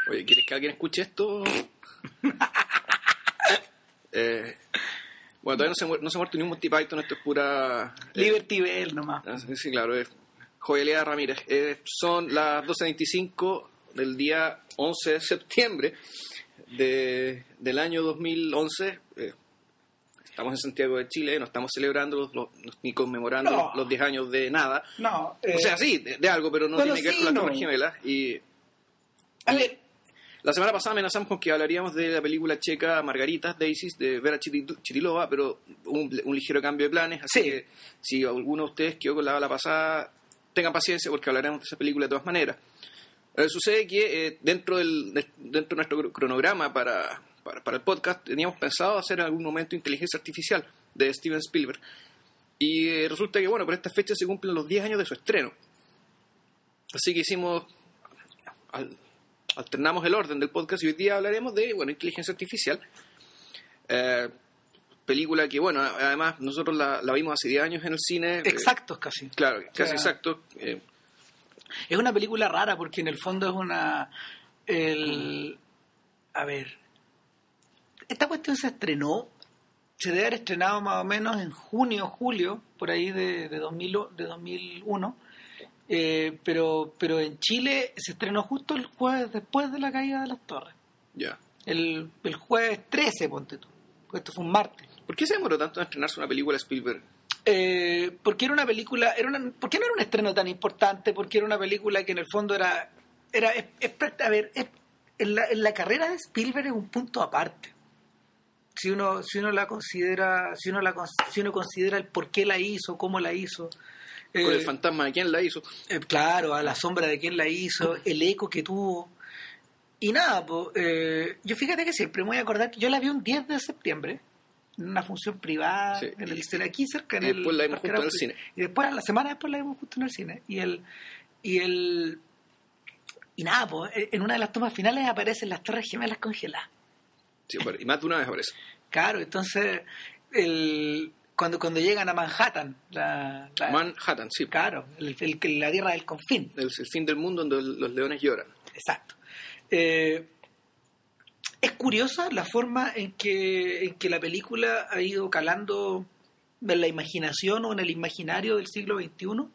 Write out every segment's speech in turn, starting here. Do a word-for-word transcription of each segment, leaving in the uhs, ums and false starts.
Oye, ¿quieres que alguien escuche esto? eh, bueno, todavía no se, mu- no se ha muerto ni un Monty Python, esto es pura... Eh, Liberty Bell nomás. sí, sí, claro, es Joyería Ramírez. Eh, son las doce veinticinco del día once de septiembre de, del año dos mil once. Eh, estamos en Santiago de Chile, no estamos celebrando los, los, ni conmemorando No. los diez años de nada. No. Eh, O sea, sí, de, de algo, pero no bueno, tiene que ver sí, con las no. Torres Gemelas. Y a ver, la semana pasada amenazamos con que hablaríamos de la película checa Margaritas, Daisies, de Vera Chiti- Chitilova, pero hubo un, un ligero cambio de planes, así Sí. que si alguno de ustedes quedó con la bala pasada, tengan paciencia porque hablaremos de esa película de todas maneras. Eh, sucede que eh, dentro, del, de, dentro de nuestro cronograma para, para, para el podcast teníamos pensado hacer en algún momento Inteligencia Artificial de Steven Spielberg. Y eh, resulta que, bueno, por esta fecha se cumplen los diez años de su estreno. Así que hicimos... Al, alternamos el orden del podcast y hoy día hablaremos de, bueno, Inteligencia Artificial. Eh, película que, bueno, además nosotros la, la vimos hace diez años en el cine. exactos casi. Eh, claro, casi O sea, exacto. Eh, Es una película rara porque en el fondo es una... El, a ver... Esta cuestión se estrenó, se debe haber estrenado más o menos en junio, julio, por ahí de, de, dos mil, de dos mil uno, eh, pero, pero en Chile se estrenó justo el jueves después de la caída de las torres. ya. El, el jueves trece, ponte tú, porque esto fue un martes. ¿Por qué se demoró tanto en estrenarse una película de Spielberg? Eh, porque era una película, era una, ¿por qué no era un estreno tan importante? Porque era una película que en el fondo era, era es, es, a ver, es, en, la, en la carrera de Spielberg es un punto aparte. Si uno, si uno la considera, si uno la, si uno considera el por qué la hizo, cómo la hizo, Con eh, el fantasma de quién la hizo. eh, claro, a la sombra de quién la hizo, el eco que tuvo. Y nada, pues, eh, yo fíjate que siempre me voy a acordar que yo la vi un diez de septiembre, en una función privada, Sí, en el y- cine aquí cerca, en y después el la vimos Parque junto en el Arauco. cine. Y después, a la semana después la vimos justo en el cine. Y el, y el, y nada, pues, en una de las tomas finales aparecen las Torres Gemelas congeladas. Sí, y más de una vez aparece. Claro, entonces, el, cuando, cuando llegan a Manhattan, la, la- Manhattan, sí. claro, el, el- la tierra del confín. El, el fin del mundo donde los leones lloran. Exacto. Eh, es curiosa la forma en que, en que la película ha ido calando en la imaginación o en el imaginario del siglo veintiuno,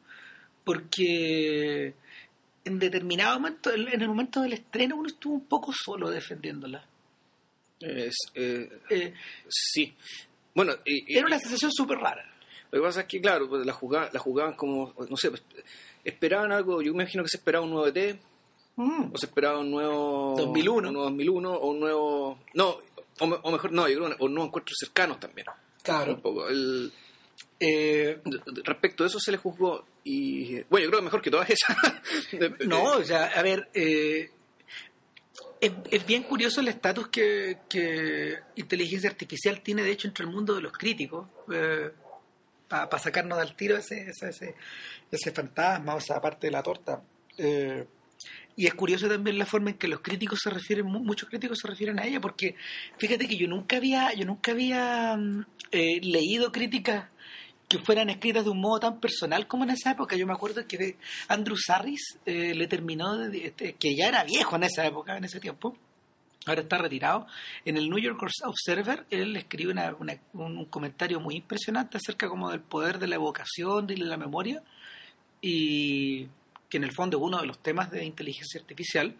porque en determinado momento, en el momento del estreno, uno estuvo un poco solo defendiéndola. Es, eh, Eh, sí. Bueno, y, y- era una sensación súper rara. lo que pasa es que, claro, pues la, jugaba, la jugaban como, no sé, pues, esperaban algo, yo me imagino que se esperaba un nuevo E T, Mm. o se esperaba un nuevo... dos mil uno. Un nuevo dos mil uno, o un nuevo... No, o, me- o mejor, no, yo creo, o nuevos encuentros cercanos también. Un poco. El, Eh, de- de- respecto a eso se le juzgó, y, bueno, yo creo que mejor que todas esas. De- no, o sea, a ver, eh, es, es bien curioso el estatus que, que inteligencia artificial tiene, de hecho, entre el mundo de los críticos, eh, para sacarnos del tiro ese, ese, ese, ese fantasma, o esa parte de la torta. Eh, y es curioso también la forma en que los críticos se refieren, mu- muchos críticos se refieren a ella, porque fíjate que yo nunca había, yo nunca había mm, eh, leído críticas que fueran escritas de un modo tan personal como en esa época. Yo me acuerdo que Andrew Sarris eh, le terminó, de, este, que ya era viejo en esa época, en ese tiempo, ahora está retirado, en el New York Observer él escribe una, una, un, un comentario muy impresionante acerca como del poder de la evocación, de la memoria, y que en el fondo es uno de los temas de inteligencia artificial.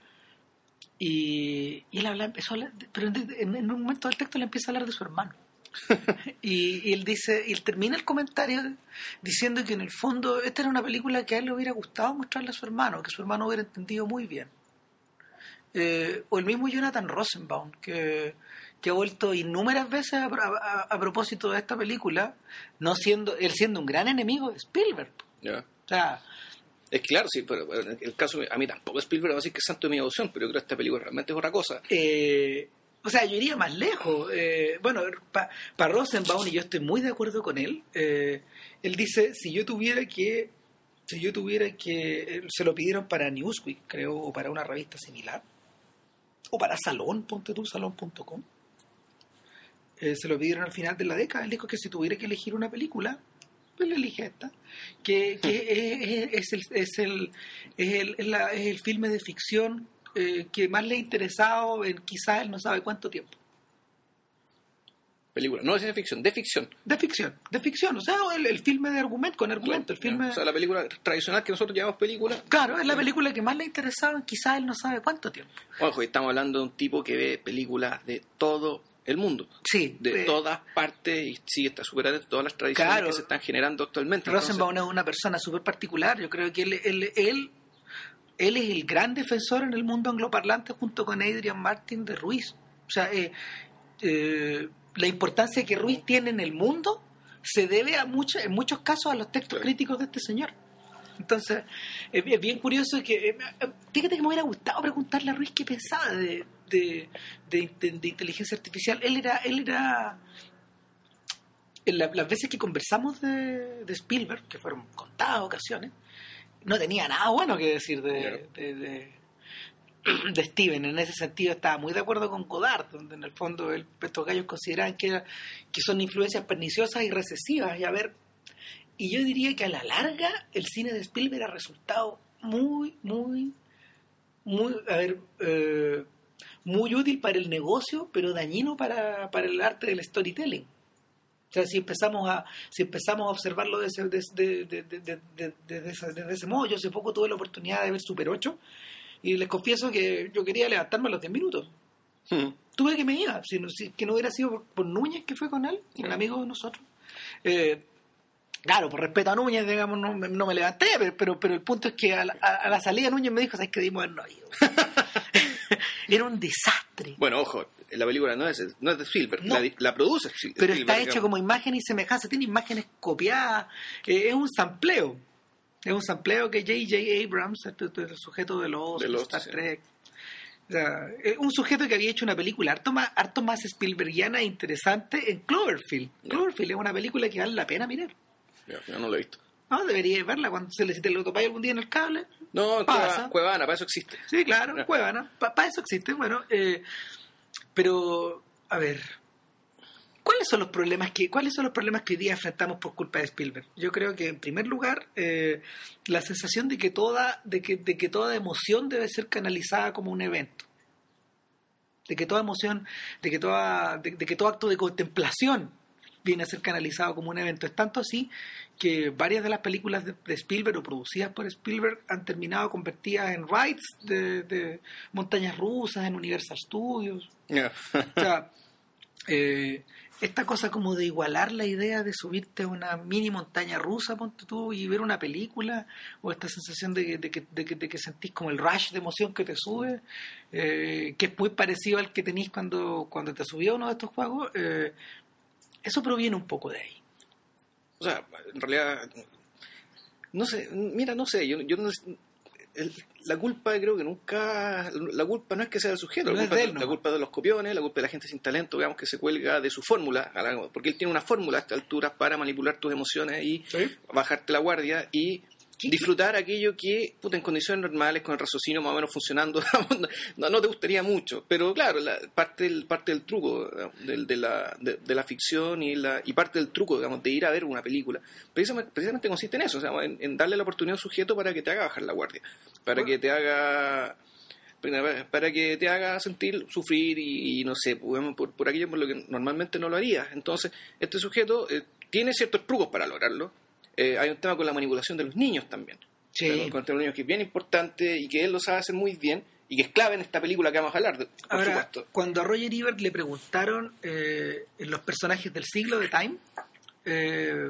Y, y él habla, empezó a hablar, pero en, en un momento del texto le empieza a hablar de su hermano. y, y él dice, y él termina el comentario diciendo que en el fondo esta era una película que a él le hubiera gustado mostrarle a su hermano, que su hermano hubiera entendido muy bien. Eh, o el mismo Jonathan Rosenbaum, que, que ha vuelto innumerables veces a, a, a propósito de esta película, no siendo él siendo un gran enemigo de Spielberg. Ya. O sea, Es claro, sí, pero pero en el caso, a mí tampoco Spielberg va a decir que es santo de mi devoción, pero yo creo que esta película realmente es otra cosa. Eh, o sea, yo iría más lejos. Eh, bueno, para pa Rosenbaum, y yo estoy muy de acuerdo con él, eh, él dice, si yo tuviera que, si yo tuviera que, se lo pidieron para Newsweek, creo, o para una revista similar, o para Salón, ponte tú, salón punto com, eh, se lo pidieron al final de la década. Él dijo que si tuviera que elegir una película, pues le elige esta, que, que es, es el, es, el, es, el, es, la, es el filme de ficción eh, que más le ha interesado en quizás él no sabe cuánto tiempo. Película, no de ciencia ficción, de ficción. De ficción, de ficción, o sea, el, el filme de argumento, con argumento, el filme... O sea, la película tradicional que nosotros llamamos película. Claro, es la película que más le ha interesado en quizás él no sabe cuánto tiempo. Ojo, estamos hablando de un tipo que ve películas de todo el mundo. Sí. De eh, todas partes y sí, está súper atento a todas las tradiciones claro, que se están generando actualmente. Rosenbaum Entonces, es una persona súper particular, yo creo que él, él, él, él es el gran defensor en el mundo angloparlante junto con Adrian Martin de Ruiz. O sea, eh, eh, la importancia que Ruiz tiene en el mundo se debe a mucho, en muchos casos a los textos claro. críticos de este señor. Entonces, es, es bien curioso que... Eh, fíjate que me hubiera gustado preguntarle a Ruiz qué pensaba de, de, de, de, de inteligencia artificial. Él era... Él era en la, las veces que conversamos de, de Spielberg, que fueron contadas ocasiones, no tenía nada bueno que decir de... Claro. de, de de Steven. En ese sentido estaba muy de acuerdo con Godard, donde en el fondo el, estos gallos consideraban que, era, que son influencias perniciosas y recesivas, y a ver, y yo diría que a la larga el cine de Spielberg ha resultado muy, muy, muy, a ver, eh, muy útil para el negocio, pero dañino para, para el arte del storytelling. O sea, si empezamos a si empezamos a observarlo desde, desde, desde, desde, desde, desde, ese, desde ese modo, yo hace poco tuve la oportunidad de ver Super ocho, y les confieso que yo quería levantarme a los diez minutos. hmm. Tuve que me iba, si, no, si que no hubiera sido por, por Núñez, que fue con él, un amigo de nosotros. Eh, claro, por respeto a Núñez, digamos, no, no me levanté, pero, pero, pero el punto es que a la, a, a la salida Núñez me dijo, ¿sabes qué? Debimos habernos ido. Era un desastre. Bueno, ojo, la película no es, no es de Spielberg, No. la, la produce Spielberg. Pero está hecho digamos. como imagen y semejanza, tiene imágenes copiadas, eh, es un sampleo. Es un sampleo que J J Abrams, el, el sujeto de los, De de Lost, Star sí. Trek, o sea, es un sujeto que había hecho una película harto más, harto más Spielbergiana e interesante en Cloverfield. Yeah. Cloverfield es una película que vale la pena mirar. Yo, yo no lo he visto. No, deberíais verla cuando se le, si te lo topáis algún día en el cable. No, en Pasa. Cueva- Cuevana, para eso existe. Sí, claro, Yeah. Cuevana. Para eso existe, bueno. Eh, pero, a ver, ¿cuáles son los problemas que cuáles son los problemas que hoy día enfrentamos por culpa de Spielberg? Yo creo que en primer lugar eh, la sensación de que toda de que, de que toda emoción debe ser canalizada como un evento, de que toda emoción, de que toda de, de que todo acto de contemplación viene a ser canalizado como un evento. Es tanto así que varias de las películas de, de Spielberg o producidas por Spielberg han terminado convertidas en rides de, de montañas rusas en Universal Studios. Yeah. O sea, eh, esta cosa como de igualar la idea de subirte a una mini montaña rusa, ponte tú, y ver una película, o esta sensación de, de, que, de, que, de que sentís como el rush de emoción que te sube, eh, que es muy parecido al que tenís cuando, cuando te subió uno de estos juegos, eh, eso proviene un poco de ahí. O sea, en realidad, no sé, mira, no sé, yo, yo no el, la culpa creo que nunca, la culpa no es que sea del sujeto, No la, es culpa, de él, la no. culpa es de los copiones, la culpa de la gente sin talento, digamos, que se cuelga de su fórmula, porque él tiene una fórmula a esta altura para manipular tus emociones y ¿Sí? bajarte la guardia y ¿Qué? disfrutar aquello que, puta, en condiciones normales, con el raciocinio más o menos funcionando, no, no te gustaría mucho. Pero claro, la, parte, del, parte del truco de, de, la, de, de la ficción y, la, y parte del truco, digamos, de ir a ver una película, precisamente, precisamente consiste en eso, o sea, en, en darle la oportunidad a un sujeto para que te haga bajar la guardia, para Bueno. que te haga... para que te haga sentir sufrir y, y no sé, por, por aquello por lo que normalmente no lo harías. Entonces, este sujeto eh, tiene ciertos trucos para lograrlo. Eh, hay un tema con la manipulación de los niños también. Sí. Con, con los niños que es bien importante y que él lo sabe hacer muy bien y que es clave en esta película que vamos a hablar, de, por Ahora, supuesto. cuando a Roger Ebert le preguntaron eh, en los personajes del siglo de Time, eh,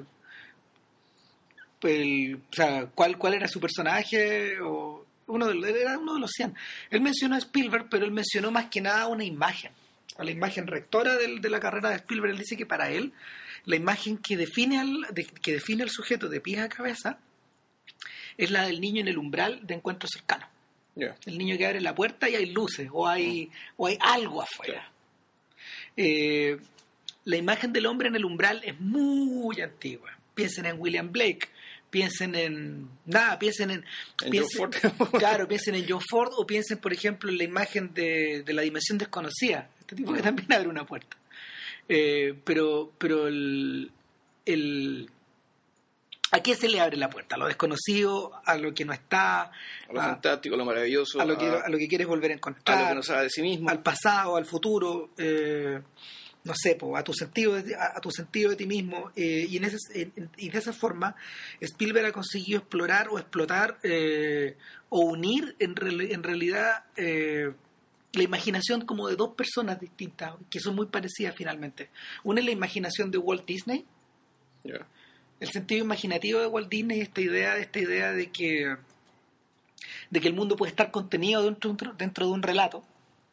el, o sea, ¿cuál, cuál era su personaje, o uno de, era uno de los cien. Él mencionó a Spielberg, pero él mencionó más que nada una imagen, a la imagen rectora del, de la carrera de Spielberg. Él dice que para él la imagen que define al de, que define al sujeto de pies a cabeza es la del niño en el umbral de encuentro cercano. Yeah. El niño que abre la puerta y hay luces o hay, o hay algo afuera. Eh, la imagen del hombre en el umbral es muy antigua. Piensen en William Blake, piensen en nada, piensen en, en piensen, John Ford. Claro, piensen en John Ford, o piensen por ejemplo en la imagen de, de la dimensión desconocida, este tipo que también abre una puerta. Eh, pero pero el, el ¿A qué se le abre la puerta? A lo desconocido, a lo que no está, A lo a, fantástico, a lo maravilloso, a lo que a, a lo que quieres volver a a encontrar, lo que no sabe de sí mismo. al pasado, al futuro, eh, no sé, po, a tu sentido de, a, a tu sentido de ti mismo, eh, y en ese, en, y de esa forma Spielberg ha conseguido explorar o explotar eh, o unir en, re, en realidad eh, la imaginación como de dos personas distintas que son muy parecidas finalmente. Una es la imaginación de Walt Disney. Yeah. El sentido imaginativo de Walt Disney, esta idea, esta idea de que de que el mundo puede estar contenido dentro, dentro de un relato,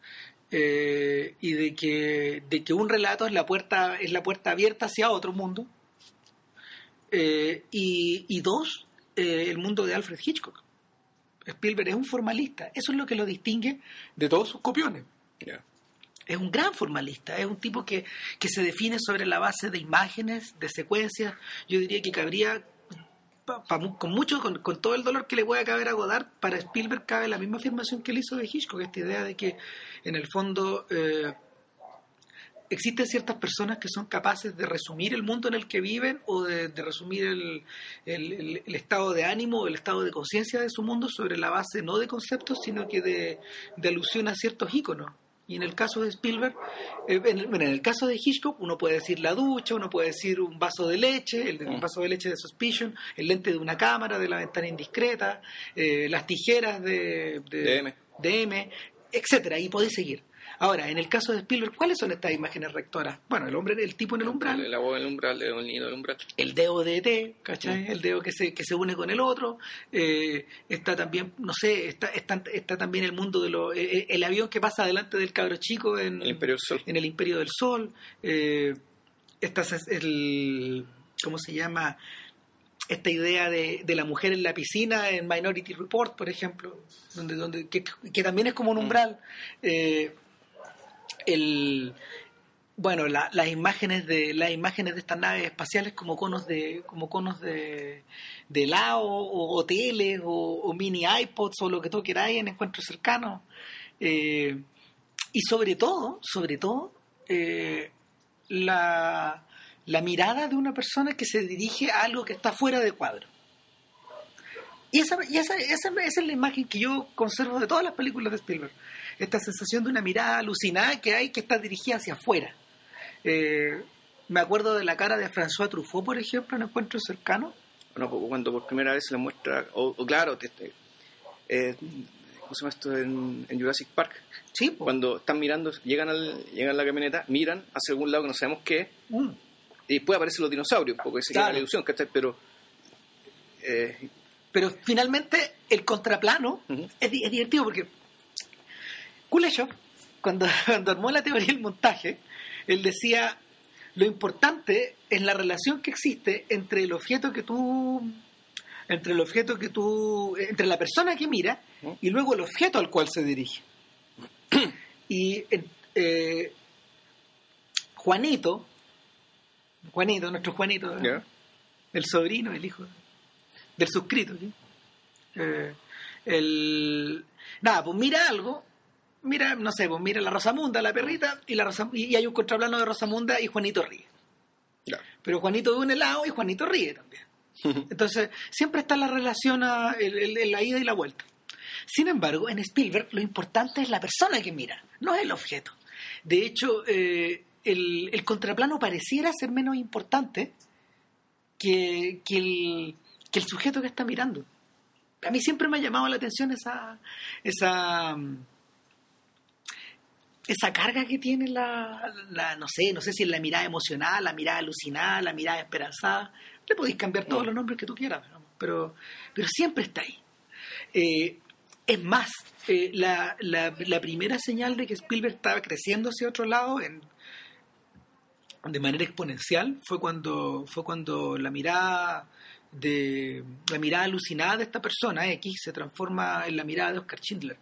eh, y de que, de que un relato es la puerta, es la puerta abierta hacia otro mundo, eh, y, y dos, eh, el mundo de Alfred Hitchcock. Spielberg es un formalista, eso es lo que lo distingue de todos sus copiones. Yeah. Es un gran formalista, es un tipo que, que se define sobre la base de imágenes, de secuencias. Yo diría que cabría, pa, pa, con mucho, con, con todo el dolor que le pueda caber a Godard, para Spielberg cabe la misma afirmación que él hizo de Hitchcock, esta idea de que en el fondo eh, existen ciertas personas que son capaces de resumir el mundo en el que viven o de, de resumir el, el, el, el estado de ánimo o el estado de conciencia de su mundo sobre la base no de conceptos, sino que de, de alusión a ciertos íconos. Y en el caso de Spielberg, eh, en, el, bueno, en el caso de Hitchcock, uno puede decir la ducha, uno puede decir un vaso de leche, el, el vaso de leche de Suspicion, el lente de una cámara, de la ventana indiscreta, eh, las tijeras de, de, de M, de M, etcétera, y podéis seguir. Ahora, en el caso de Spielberg, ¿cuáles son estas imágenes rectoras? Bueno, el hombre, el tipo en el umbral. El agua en el umbral, el niño del umbral. El dedo de E T, ¿cachai? Mm. El dedo que se, que se une con el otro. Eh, está también, no sé, está, está, está también el mundo de lo, eh, el avión que pasa delante del cabro chico en el Imperio del Sol. En el Imperio del Sol. Eh, esta es el, ¿cómo se llama? Esta idea de, de la mujer en la piscina en Minority Report, por ejemplo, donde, donde que, que también es como un umbral. Eh, el bueno la, las imágenes de las imágenes de estas naves espaciales como conos de como conos de, de helado o hoteles o, o mini iPods o lo que tú queráis en encuentros cercanos, eh, y sobre todo sobre todo eh, la la mirada de una persona que se dirige a algo que está fuera de cuadro. Y esa, y esa, esa, esa es la imagen que yo conservo de todas las películas de Spielberg. Esta sensación de una mirada alucinada que hay, que está dirigida hacia afuera. Eh, me acuerdo de la cara de François Truffaut, por ejemplo, en Encuentros Cercanos. Bueno, cuando por primera vez se le muestra, o, o claro, este, eh, ¿cómo se llama esto en, en Jurassic Park? Sí, po. Cuando están mirando, llegan, al, llegan a la camioneta, miran hacia algún lado que no sabemos qué es, mm. y después aparecen los dinosaurios, porque se claro. queda la ilusión, ¿cachai? Pero... Eh, Pero finalmente el contraplano uh-huh. es, es divertido porque Kuleshov, cuando, cuando armó la teoría del montaje, él decía, lo importante es la relación que existe entre el objeto que tú, entre el objeto que tú, entre la persona que mira uh-huh. y luego el objeto al cual se dirige. Y eh, Juanito, Juanito, nuestro Juanito, ¿eh? yeah. el sobrino, el hijo del suscrito, ¿sí? Eh, el nada, pues mira algo, mira, no sé, pues mira la Rosamunda, la perrita, y la Rosa, y hay un contraplano de Rosamunda y Juanito ríe. Yeah. Pero Juanito ve un helado y Juanito ríe también. Entonces, siempre está la relación a el, el, el, la ida y la vuelta. Sin embargo, en Spielberg lo importante es la persona que mira, no es el objeto. De hecho, eh, el, el contraplano pareciera ser menos importante que, que el que el sujeto que está mirando. A mí siempre me ha llamado la atención esa esa esa carga que tiene la, la no sé, no sé si es la mirada emocional, la mirada alucinada, la mirada esperanzada. Le podéis cambiar todos los nombres que tú quieras, pero pero siempre está ahí. Eh, es más, eh, la, la, la primera señal de que Spielberg estaba creciendo hacia otro lado en de manera exponencial fue cuando fue cuando la mirada de la mirada alucinada de esta persona X se transforma en la mirada de Oscar Schindler,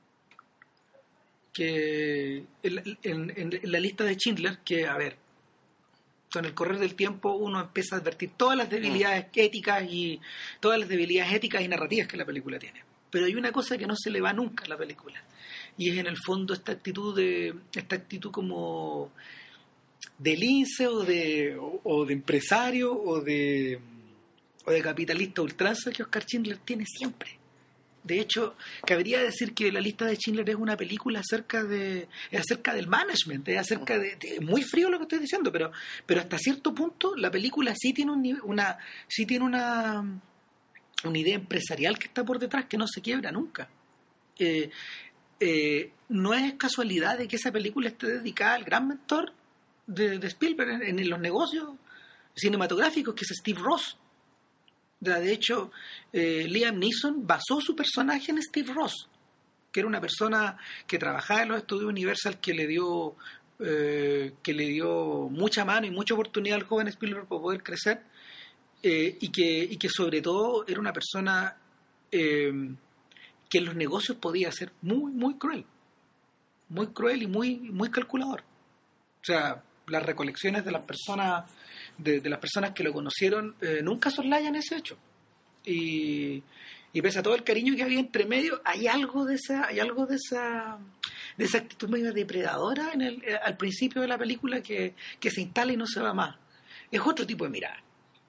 que en, en, en la lista de Schindler, que a ver, con el correr del tiempo uno empieza a advertir todas las debilidades éticas y todas las debilidades éticas y narrativas que la película tiene, pero hay una cosa que no se le va nunca a la película, y es en el fondo esta actitud de esta actitud como de lince o de o, o de empresario o de o de capitalista ultranza que Oscar Schindler tiene siempre. De hecho, cabría decir que La lista de Schindler es una película acerca de es acerca del management, es acerca de, de muy frío lo que estoy diciendo, pero pero hasta cierto punto la película sí tiene un, una sí tiene una una idea empresarial que está por detrás que no se quiebra nunca. Eh, eh, no es casualidad de que esa película esté dedicada al gran mentor de, de Spielberg en, en los negocios cinematográficos, que es Steve Ross. De hecho, eh, Liam Neeson basó su personaje en Steve Ross, que era una persona que trabajaba en los estudios Universal, que le dio eh, que le dio mucha mano y mucha oportunidad al joven Spielberg para poder crecer, eh, y que y que sobre todo era una persona eh, que en los negocios podía ser muy muy cruel, muy cruel y muy muy calculador. O sea, las recolecciones de las personas de, de las personas que lo conocieron eh, nunca soslayan ese hecho, y, y pese a todo el cariño que había entre medio, hay algo de esa hay algo de esa de esa actitud medio depredadora en el, eh, al principio de la película que, que se instala y no se va más. Es otro tipo de mirada,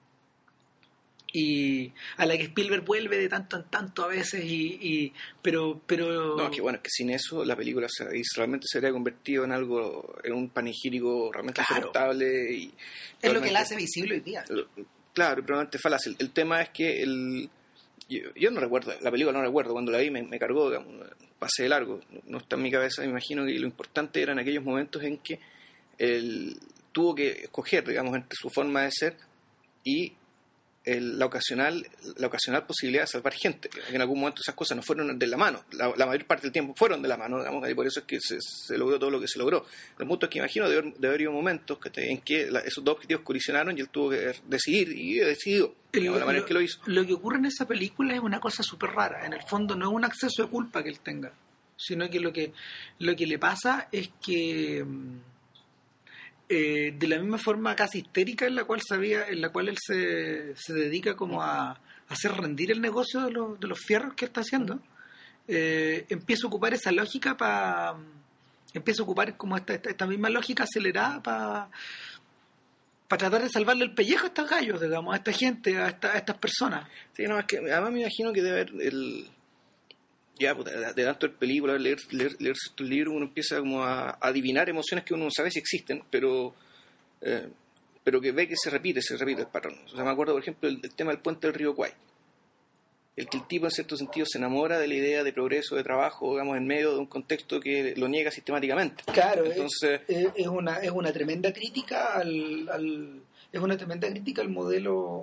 y a la que Spielberg vuelve de tanto en tanto a veces, y, y pero pero no, es que bueno, es que sin eso la película se, realmente se habría convertido en algo, en un panegírico realmente claro, insoportable, y es lo que la hace visible hoy día. Lo, claro, probablemente falaz. El, el tema es que el yo, yo no recuerdo, la película no recuerdo, cuando la vi me, me cargó, digamos, pasé de largo, no está en mi cabeza. Me imagino que lo importante eran aquellos momentos en que él tuvo que escoger, digamos, entre su forma de ser y el, la ocasional la ocasional posibilidad de salvar gente. En algún momento esas cosas no fueron de la mano, la, la mayor parte del tiempo fueron de la mano, digamos, y por eso es que se, se logró todo lo que se logró. El punto es que imagino de haber, de haber habido momentos que, en que la, esos dos objetivos colisionaron y él tuvo que decidir, y decidió de la manera lo, en que lo hizo. Lo que ocurre en esa película es una cosa súper rara. En el fondo no es un acceso de culpa que él tenga, sino que lo que lo que le pasa es que Eh, de la misma forma casi histérica en la cual sabía, en la cual él se, se dedica como a, a hacer rendir el negocio de los, de los fierros que está haciendo, eh, empieza a ocupar esa lógica para empieza a ocupar como esta, esta, esta misma lógica acelerada para para tratar de salvarle el pellejo a estos gallos, digamos, a esta gente, a, esta, a estas personas. Sí, no, es que además me imagino que debe haber el ya, pues, de, de tanto el película, leer, leer, leer estos libros, uno empieza como a, a adivinar emociones que uno no sabe si existen, pero eh, pero que ve que se repite, se repite el patrón. O sea, me acuerdo, por ejemplo, el, el tema del puente del río Kwai. El que el tipo, en cierto sentido, se enamora de la idea de progreso, de trabajo, digamos, en medio de un contexto que lo niega sistemáticamente. Claro, entonces es, es una es una tremenda crítica al, al es una tremenda crítica al modelo,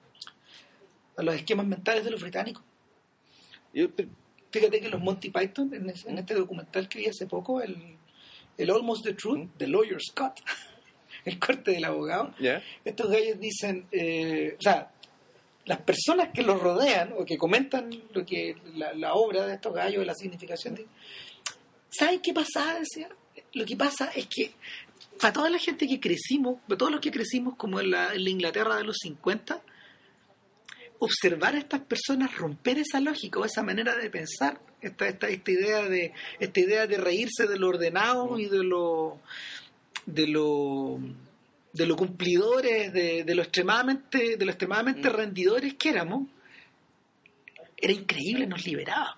a los esquemas mentales de los británicos. Yo, Fíjate que los Monty Python, en, en este documental que vi hace poco, el, el Almost the Truth, The Lawyer's Cut, el corte del abogado, ¿yeah? Estos gallos dicen, eh, o sea, las personas que los rodean o que comentan lo que la, la obra de estos gallos, la significación de... ¿Saben qué pasa? Decía, lo que pasa es que para toda la gente que crecimos, para todos los que crecimos como en la, en la Inglaterra de los cincuenta, observar a estas personas romper esa lógica o esa manera de pensar, esta, esta, esta idea de esta idea de reírse de lo ordenado y de lo de lo de lo cumplidores, de, de lo extremadamente de lo extremadamente mm. rendidores que éramos, era increíble, nos liberaba.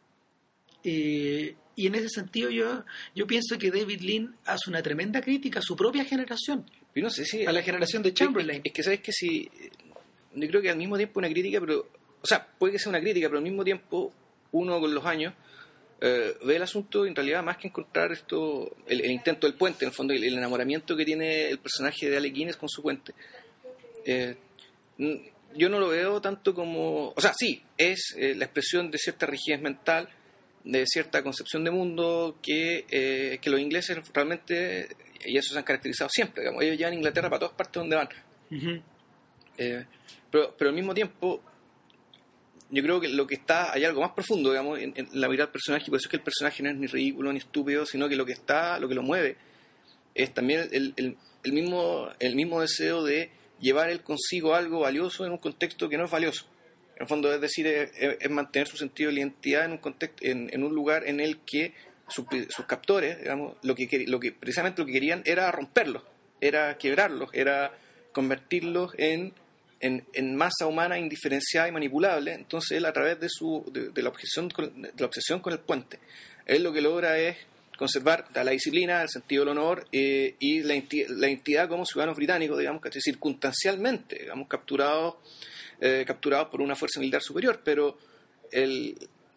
Eh, y en ese sentido yo yo pienso que David Lean hace una tremenda crítica a su propia generación, yo no sé si, a la generación de Chamberlain. Es, es que sabes que si yo creo que al mismo tiempo una crítica, pero o sea, puede que sea una crítica, pero al mismo tiempo uno con los años eh, ve el asunto, en realidad, más que encontrar esto, el, el intento del puente, en el fondo, el, el enamoramiento que tiene el personaje de Alec Guinness con su puente. Eh, yo no lo veo tanto como... O sea, sí, es eh, la expresión de cierta rigidez mental, de cierta concepción de mundo que, eh, que los ingleses realmente, y eso se han caracterizado siempre, digamos, ellos llevan Inglaterra para todas partes donde van. Uh-huh. Eh, pero, pero al mismo tiempo yo creo que lo que está, hay algo más profundo, digamos, en, en la mirada del personaje, por eso es que el personaje no es ni ridículo ni estúpido, sino que lo que está, lo que lo mueve es también el, el, el mismo el mismo deseo de llevar él consigo algo valioso en un contexto que no es valioso. En el fondo, es decir, es, es mantener su sentido de identidad en un contexto, en, en un lugar en el que sus, sus captores, digamos, lo que lo que precisamente lo que querían era romperlos, era quebrarlos, era convertirlos en en, en masa humana indiferenciada y manipulable. Entonces él, a través de su de, de la obsesión con, de la obsesión con el puente, él lo que logra es conservar la disciplina, el sentido del honor eh, y la, inti- la identidad como ciudadanos británicos, digamos, que circunstancialmente, digamos, capturados eh, capturados por una fuerza militar superior, pero el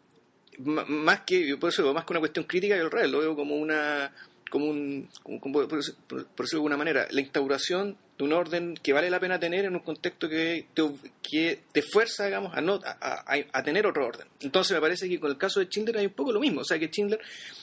m- más que por eso más que una cuestión crítica, yo al revés lo veo como una como un como, como, por, por, por decirlo de alguna manera, la instauración de un orden que vale la pena tener en un contexto que te, que te fuerza, digamos, a no a, a, a tener otro orden. Entonces me parece que con el caso de Schindler hay un poco lo mismo, o sea que Schindler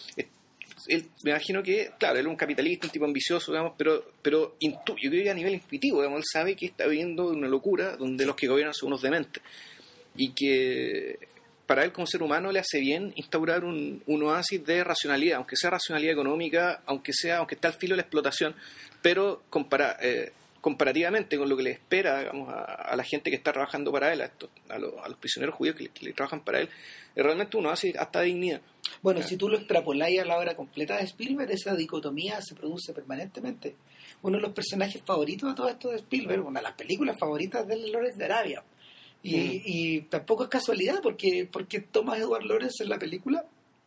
él, me imagino que, claro, él es un capitalista, un tipo ambicioso, digamos, pero, pero intu- yo creo que a nivel intuitivo, digamos, él sabe que está viviendo una locura donde los que gobiernan son unos dementes y que para él como ser humano le hace bien instaurar un, un oasis de racionalidad, aunque sea racionalidad económica, aunque sea, aunque esté al filo de la explotación, pero compara, eh, comparativamente con lo que le espera, digamos, a, a la gente que está trabajando para él, a, estos, a, los, a los prisioneros judíos que le, que le trabajan para él, es realmente un oasis hasta de dignidad. Bueno, ¿sí? Si tú lo extrapoláis a la obra completa de Spielberg, esa dicotomía se produce permanentemente. Uno de los personajes favoritos de todo esto de Spielberg, una de las películas favoritas de Lawrence de Arabia. Y, mm. y tampoco es casualidad, porque, porque Thomas Edward Lawrence en la película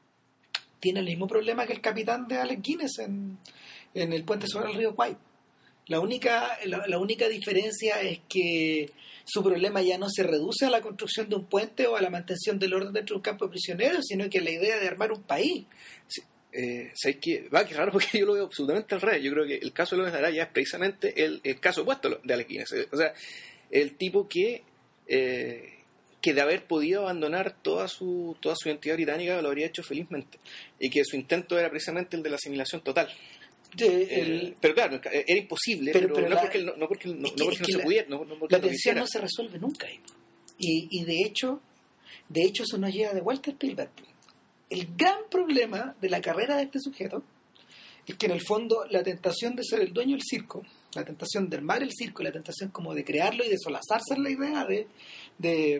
tiene el mismo problema que el capitán de Alec Guinness en, en El puente sobre el río Kwai. La única, la, la única diferencia es que su problema ya no se reduce a la construcción de un puente o a la mantención del orden dentro de un campo de prisioneros, sino que a la idea de armar un país. Sí, eh, ¿sabes qué? Va, qué raro, porque yo lo veo absolutamente al revés. Yo creo que el caso de Lawrence de Arabia es precisamente el, el caso opuesto de Alec Guinness. O sea, el tipo que, eh, que de haber podido abandonar toda su, toda su identidad británica lo habría hecho felizmente. Y que su intento era precisamente el de la asimilación total. De, el, eh, pero claro, era imposible, pero, pero, pero no, la, porque, no, no porque no, que, no, porque no se la, pudiera, no, no porque la no tensión no se resuelve nunca ahí. Y, y de hecho, de hecho eso nos lleva de vuelta a Spielberg. El gran problema de la carrera de este sujeto es que en el fondo la tentación de ser el dueño del circo, la tentación de armar el circo, la tentación como de crearlo y de solazarse en la idea de, de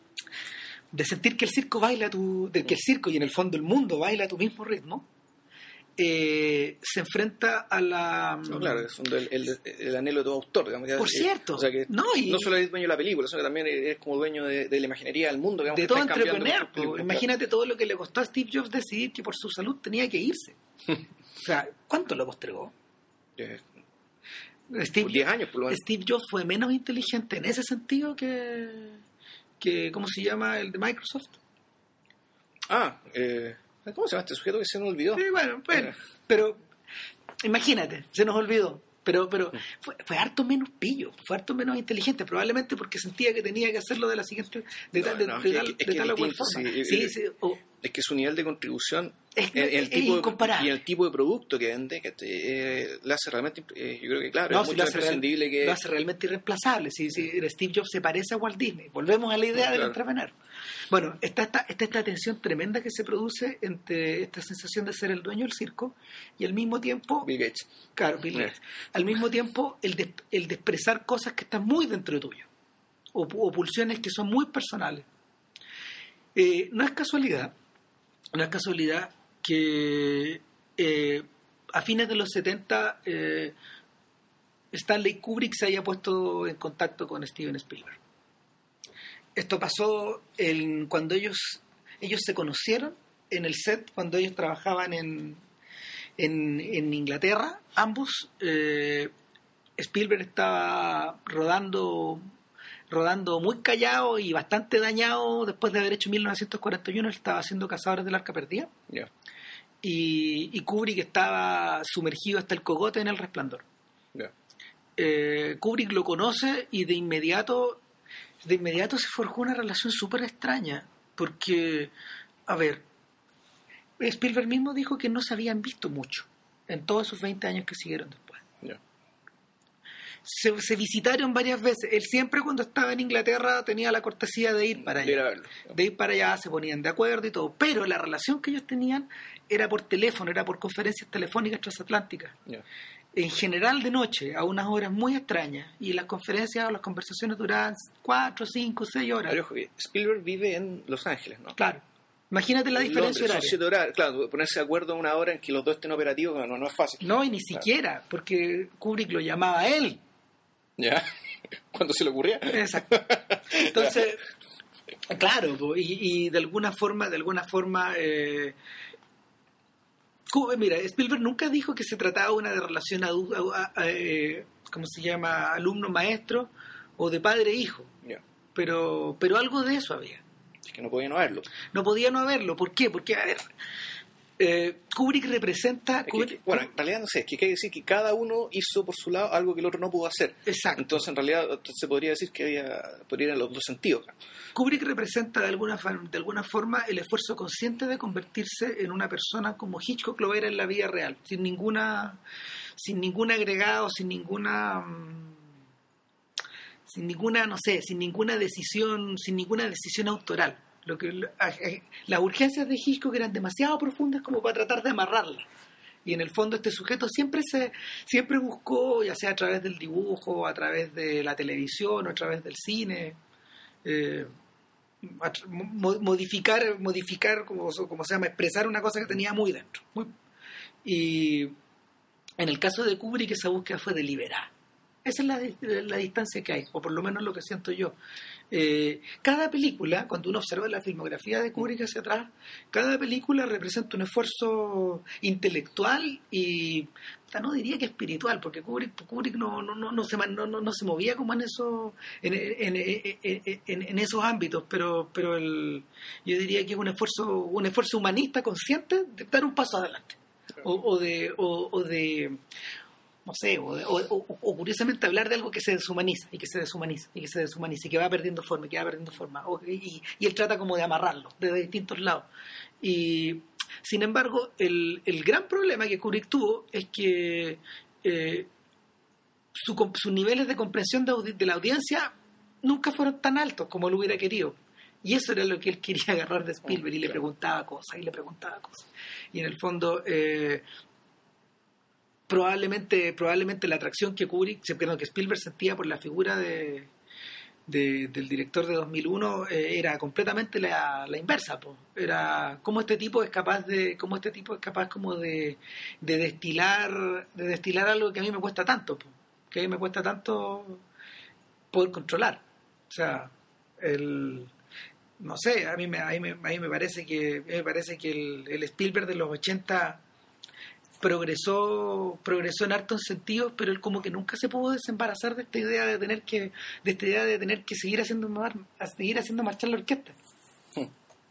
de sentir que el circo baila tu, de que el circo y en el fondo el mundo baila a tu mismo ritmo. Eh, se enfrenta a la... No, claro, es el, el, el anhelo de todo autor, digamos. Por es, cierto. O sea que no, y, no solo eres dueño de la película, sino que también eres como dueño de, de la imaginería del mundo. Digamos, de que todo entrepreneur. Imagínate todo lo que le costó a Steve Jobs decidir que por su salud tenía que irse. O sea, ¿cuánto lo postergó? Eh, Steve, diez años, por lo menos. Steve Jobs fue menos inteligente en ese sentido que, que ¿cómo se llama? El de Microsoft. Ah, eh, ¿cómo se llama este sujeto que se nos olvidó? Sí, bueno, bueno, eh. pero imagínate, se nos olvidó. Pero pero fue, fue harto menos pillo, fue harto menos inteligente, probablemente porque sentía que tenía que hacerlo de la siguiente de tal, no, no, de, de, es tal, que, es de que tal o cual distinto, forma. Sí, sí, el, sí, o, es que su nivel de contribución es, el, el es tipo incomparable. De, y el tipo de producto que vende que eh, le hace realmente eh, yo creo que claro no, es si mucho lo, hace imprescindible real, que lo hace realmente irreemplazable. Si, si Steve Jobs se parece a Walt Disney, volvemos a la idea no, del claro. entrepreneur. Bueno, está esta, está esta tensión tremenda que se produce entre esta sensación de ser el dueño del circo y al mismo tiempo Bill Gates. Claro, Bill Gates. Yeah. Al mismo tiempo el de, el de expresar cosas que están muy dentro de tuyo o, o pulsiones que son muy personales. Eh, no es casualidad, no es casualidad que eh, a fines de los setenta eh, Stanley Kubrick se haya puesto en contacto con Steven Spielberg. Esto pasó en, cuando ellos ellos se conocieron en el set, cuando ellos trabajaban en, en, en Inglaterra, ambos. Eh, Spielberg estaba rodando rodando muy callado y bastante dañado después de haber hecho mil novecientos cuarenta y uno, él estaba haciendo Cazadores del Arca Perdida. Yeah. Y, y Kubrick estaba sumergido hasta el cogote en El Resplandor. Yeah. Eh, Kubrick lo conoce y de inmediato de inmediato se forjó una relación súper extraña, porque, a ver, Spielberg mismo dijo que no se habían visto mucho en todos esos veinte años que siguieron después. Yeah. Se, se visitaron varias veces. Él siempre cuando estaba en Inglaterra tenía la cortesía de ir para allá. Ir a verlo. De ir para allá, se ponían de acuerdo y todo. Pero la relación que ellos tenían era por teléfono, era por conferencias telefónicas transatlánticas. Yeah. En general de noche, a unas horas muy extrañas. Y las conferencias o las conversaciones duraban cuatro, cinco, seis horas. Claro, Spielberg vive en Los Ángeles, ¿no? Claro. Imagínate la diferencia Londres, horaria. Son siete horas. Claro, ponerse de acuerdo a una hora en que los dos estén operativos no, no es fácil. No, y ni claro. siquiera, porque Kubrick lo llamaba a él. Ya. cuando se le ocurría. Exacto. Entonces, claro, y, y de alguna forma, de alguna forma, eh, mira, Spielberg nunca dijo que se trataba de una relación, adu- a, a, eh, ¿cómo se llama?, alumno-maestro o de padre-hijo. Yeah. Pero, pero algo de eso había. Es que no podía no haberlo. No podía no haberlo. ¿Por qué? Porque, a ver, eh, Kubrick representa... Es que, Kubrick, que, bueno, en realidad no sé, es que hay que decir que cada uno hizo por su lado algo que el otro no pudo hacer. Exacto. Entonces, en realidad, se podría decir que había, podría ir en los dos sentidos. Kubrick representa de alguna, de alguna forma el esfuerzo consciente de convertirse en una persona como Hitchcock lo era en la vida real, sin ninguna, sin ningún agregado, sin ninguna... sin ninguna, no sé, sin ninguna decisión, sin ninguna decisión autoral. Lo que las urgencias de Hitchcock eran demasiado profundas como para tratar de amarrarlas. Y en el fondo este sujeto siempre se siempre buscó, ya sea a través del dibujo, a través de la televisión o a través del cine, eh, modificar, modificar como, como se llama, expresar una cosa que tenía muy dentro. Muy, y en el caso de Kubrick esa búsqueda fue deliberada. Esa es la, la distancia que hay, o por lo menos lo que siento yo. Eh, cada película, cuando uno observa la filmografía de Kubrick hacia atrás, cada película representa un esfuerzo intelectual y no diría que espiritual, porque Kubrick, Kubrick no, no, no, no, se, no, no, no se movía como en, eso, en, en, en, en, en esos ámbitos, pero, pero el, yo diría que es un esfuerzo, un esfuerzo humanista consciente de dar un paso adelante, o, o de... O, o de no sé, o, o, o, o curiosamente hablar de algo que se deshumaniza y que se deshumaniza y que se deshumaniza y que va perdiendo forma y que va perdiendo forma o, y, y él trata como de amarrarlo desde distintos lados. Y sin embargo el, el gran problema que Kubrick tuvo es que eh, su, sus niveles de comprensión de, audi- de la audiencia nunca fueron tan altos como lo hubiera querido, y eso era lo que él quería agarrar de Spielberg, y le preguntaba cosas y le preguntaba cosas y en el fondo eh, Probablemente, probablemente la atracción que Kubrick, perdón, que Spielberg sentía por la figura de, de, del director de dos mil uno eh, era completamente la, la inversa, po. Era cómo este tipo es capaz de, cómo este tipo es capaz como de, de destilar, de destilar algo que a mí me cuesta tanto, po, que a mí me cuesta tanto poder controlar. O sea, el no sé, a mí me, a mí me, a mí me parece que me parece que el, el Spielberg de los ochenta progresó progresó en hartos sentidos, pero él como que nunca se pudo desembarazar de esta idea de tener que de esta idea de tener que seguir haciendo mar, seguir haciendo marchar la orquesta. Sí.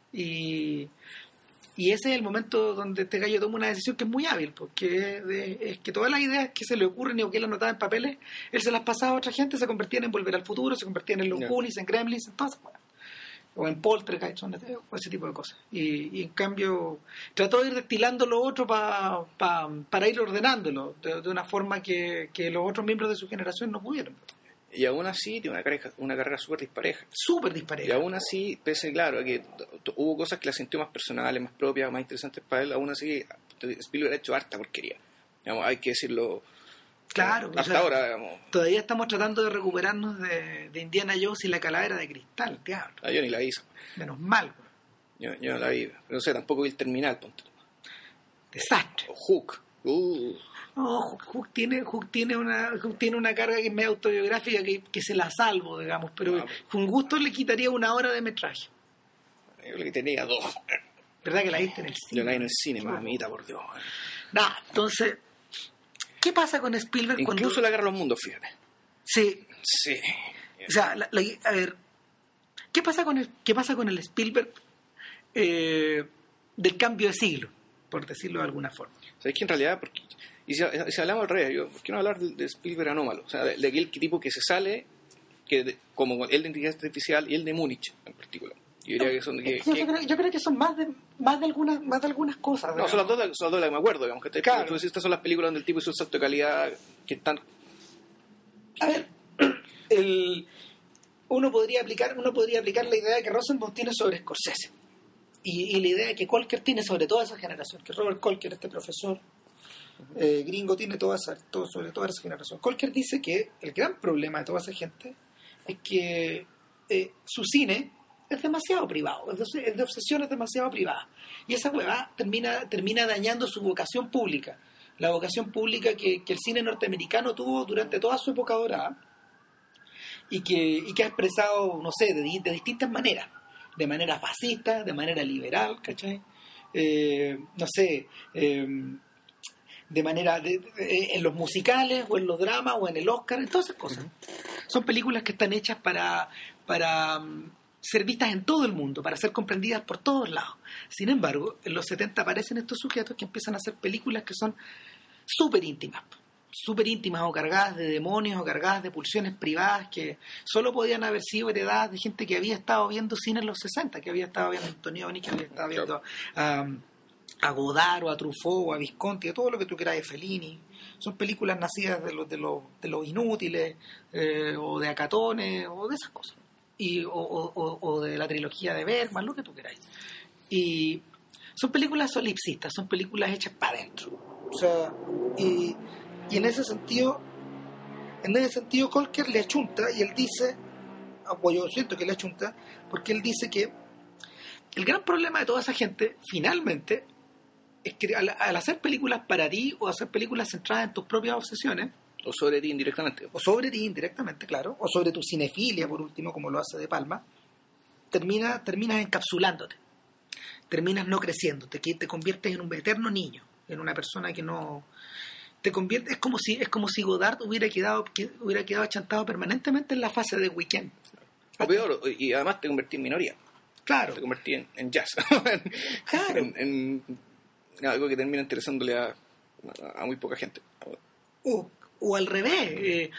y y ese es el momento donde este gallo toma una decisión que es muy hábil, porque es, de, es que todas las ideas que se le ocurren y que él anotaba en papeles, él se las pasaba a otra gente, se convertían en Volver al Futuro, se convertían en Los Goonies, en Gremlins, entonces bueno, o en Poltergeist, o ese tipo de cosas. Y, y en cambio trató de ir destilando lo otro pa, pa, para ir ordenándolo de, de una forma que, que los otros miembros de su generación no pudieron. Y aún así tiene una carrera, una carrera súper dispareja. Súper dispareja. Y aún así, pese, claro, a que hubo cosas que la sintió más personales, más propias, más interesantes para él, aún así Spielberg ha hecho harta porquería. Digamos, hay que decirlo. Claro, hasta o sea, ahora, digamos. Todavía estamos tratando de recuperarnos de, de Indiana Jones y la calavera de cristal, diablo. Ah, yo ni la hice. Menos mal, yo, yo no la vi. No sé, tampoco vi el terminal, ponte. Desastre. O Hook. Uh. No, Hook, Hook tiene Hook tiene una Hook tiene una carga que es medio autobiográfica que, que se la salvo, digamos, pero no, con gusto le quitaría una hora de metraje. Yo le tenía dos. ¿Verdad que la viste en el cine? Yo la vi en el cine, mamita, por Dios. Nada, entonces, ¿qué pasa con Spielberg? Incluso cuando... la Guerra de los Mundos, fíjate. Sí. Sí. O sea, la, la, a ver, ¿qué pasa con el, qué pasa con el Spielberg eh, del cambio de siglo, por decirlo de alguna forma? ¿Sabes que en realidad, porque, y si, si hablamos al revés, yo quiero hablar de, de Spielberg anómalo, o sea, de, de aquel tipo que se sale, que de, como el de inteligencia artificial y el de Múnich en particular. Yo diría que son que, yo, que, creo, yo creo que son más de más de algunas más de algunas cosas. No, son las, dos, son las dos de las que me acuerdo, digamos, que claro. Estas son las películas donde el tipo hizo un salto de calidad que están. A ver, el, uno podría aplicar uno podría aplicar la idea que Rosenbaum tiene sobre Scorsese y, y la idea que Colker tiene sobre toda esa generación, que Robert Colker, este profesor uh-huh. eh, gringo, tiene toda esa, todo, sobre toda esa generación. Colker dice que el gran problema de toda esa gente es que eh, su cine es demasiado privado, es de, es de obsesiones demasiado privadas. Y esa huevada termina, termina dañando su vocación pública. La vocación pública que, que el cine norteamericano tuvo durante toda su época dorada. y que, y que ha expresado, no sé, de, de distintas maneras, de manera fascista, de manera liberal, ¿cachai? Eh, no sé, eh, de manera de, de, en los musicales o en los dramas o en el Oscar, en todas esas cosas. Uh-huh. Son películas que están hechas para, para um, ser vistas en todo el mundo, para ser comprendidas por todos lados. Sin embargo, en los setenta aparecen estos sujetos que empiezan a hacer películas que son súper íntimas, súper íntimas o cargadas de demonios o cargadas de pulsiones privadas que solo podían haber sido heredadas de gente que había estado viendo cine en los sesenta, que había estado viendo Antonioni, que había estado viendo um, a Godard o a Truffaut o a Visconti, a todo lo que tú quieras de Fellini. Son películas nacidas de los de los, de los inútiles eh, o de Acatone o de esas cosas, y o, o, o de la trilogía de Bergman, lo que tú queráis. Y son películas solipsistas, son películas hechas para adentro. O sea, y, y en ese sentido, en ese sentido Kolker le achunta y él dice, o yo siento que le achunta, porque él dice que el gran problema de toda esa gente, finalmente, es que al, al hacer películas para ti o hacer películas centradas en tus propias obsesiones, o sobre ti indirectamente, o sobre ti indirectamente, claro, o sobre tu cinefilia, por último, como lo hace De Palma, termina, terminas encapsulándote, terminas no creciéndote, que te conviertes en un eterno niño, en una persona que no te convierte, es como si es como si Godard hubiera quedado que hubiera quedado achantado permanentemente en la fase de Weekend. O peor, y además te convertí en minoría. Claro. Te convertí en, en jazz. Claro. en, en, en algo que termina interesándole a, a, a muy poca gente. O, o al revés, eh,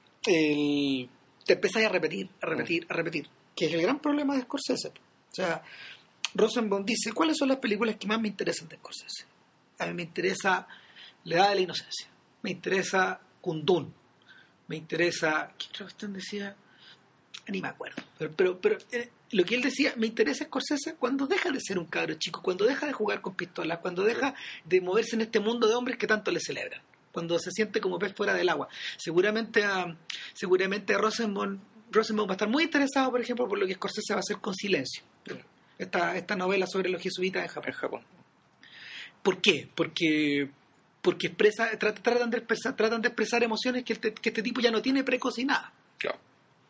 el, te empiezas a repetir, a repetir, a repetir, que es el gran problema de Scorsese. O sea, Rosenbaum dice, ¿cuáles son las películas que más me interesan de Scorsese? A mí me interesa La Edad de la Inocencia, me interesa Kundun, me interesa, ¿qué otra cuestión decía? Ni me acuerdo, pero, pero, pero eh, lo que él decía, me interesa Scorsese cuando deja de ser un cabro chico, cuando deja de jugar con pistolas, cuando deja de moverse en este mundo de hombres que tanto le celebran, cuando se siente como pez fuera del agua. Seguramente a, seguramente a Rosenbaum, Rosenbaum va a estar muy interesado, por ejemplo, por lo que Scorsese va a hacer con Silencio, esta, esta novela sobre los jesuitas en Japón. En Japón. ¿Por qué? Porque porque expresa, tratan, tratan, de expresar, tratan de expresar emociones que este, que este tipo ya no tiene precocinada. Claro.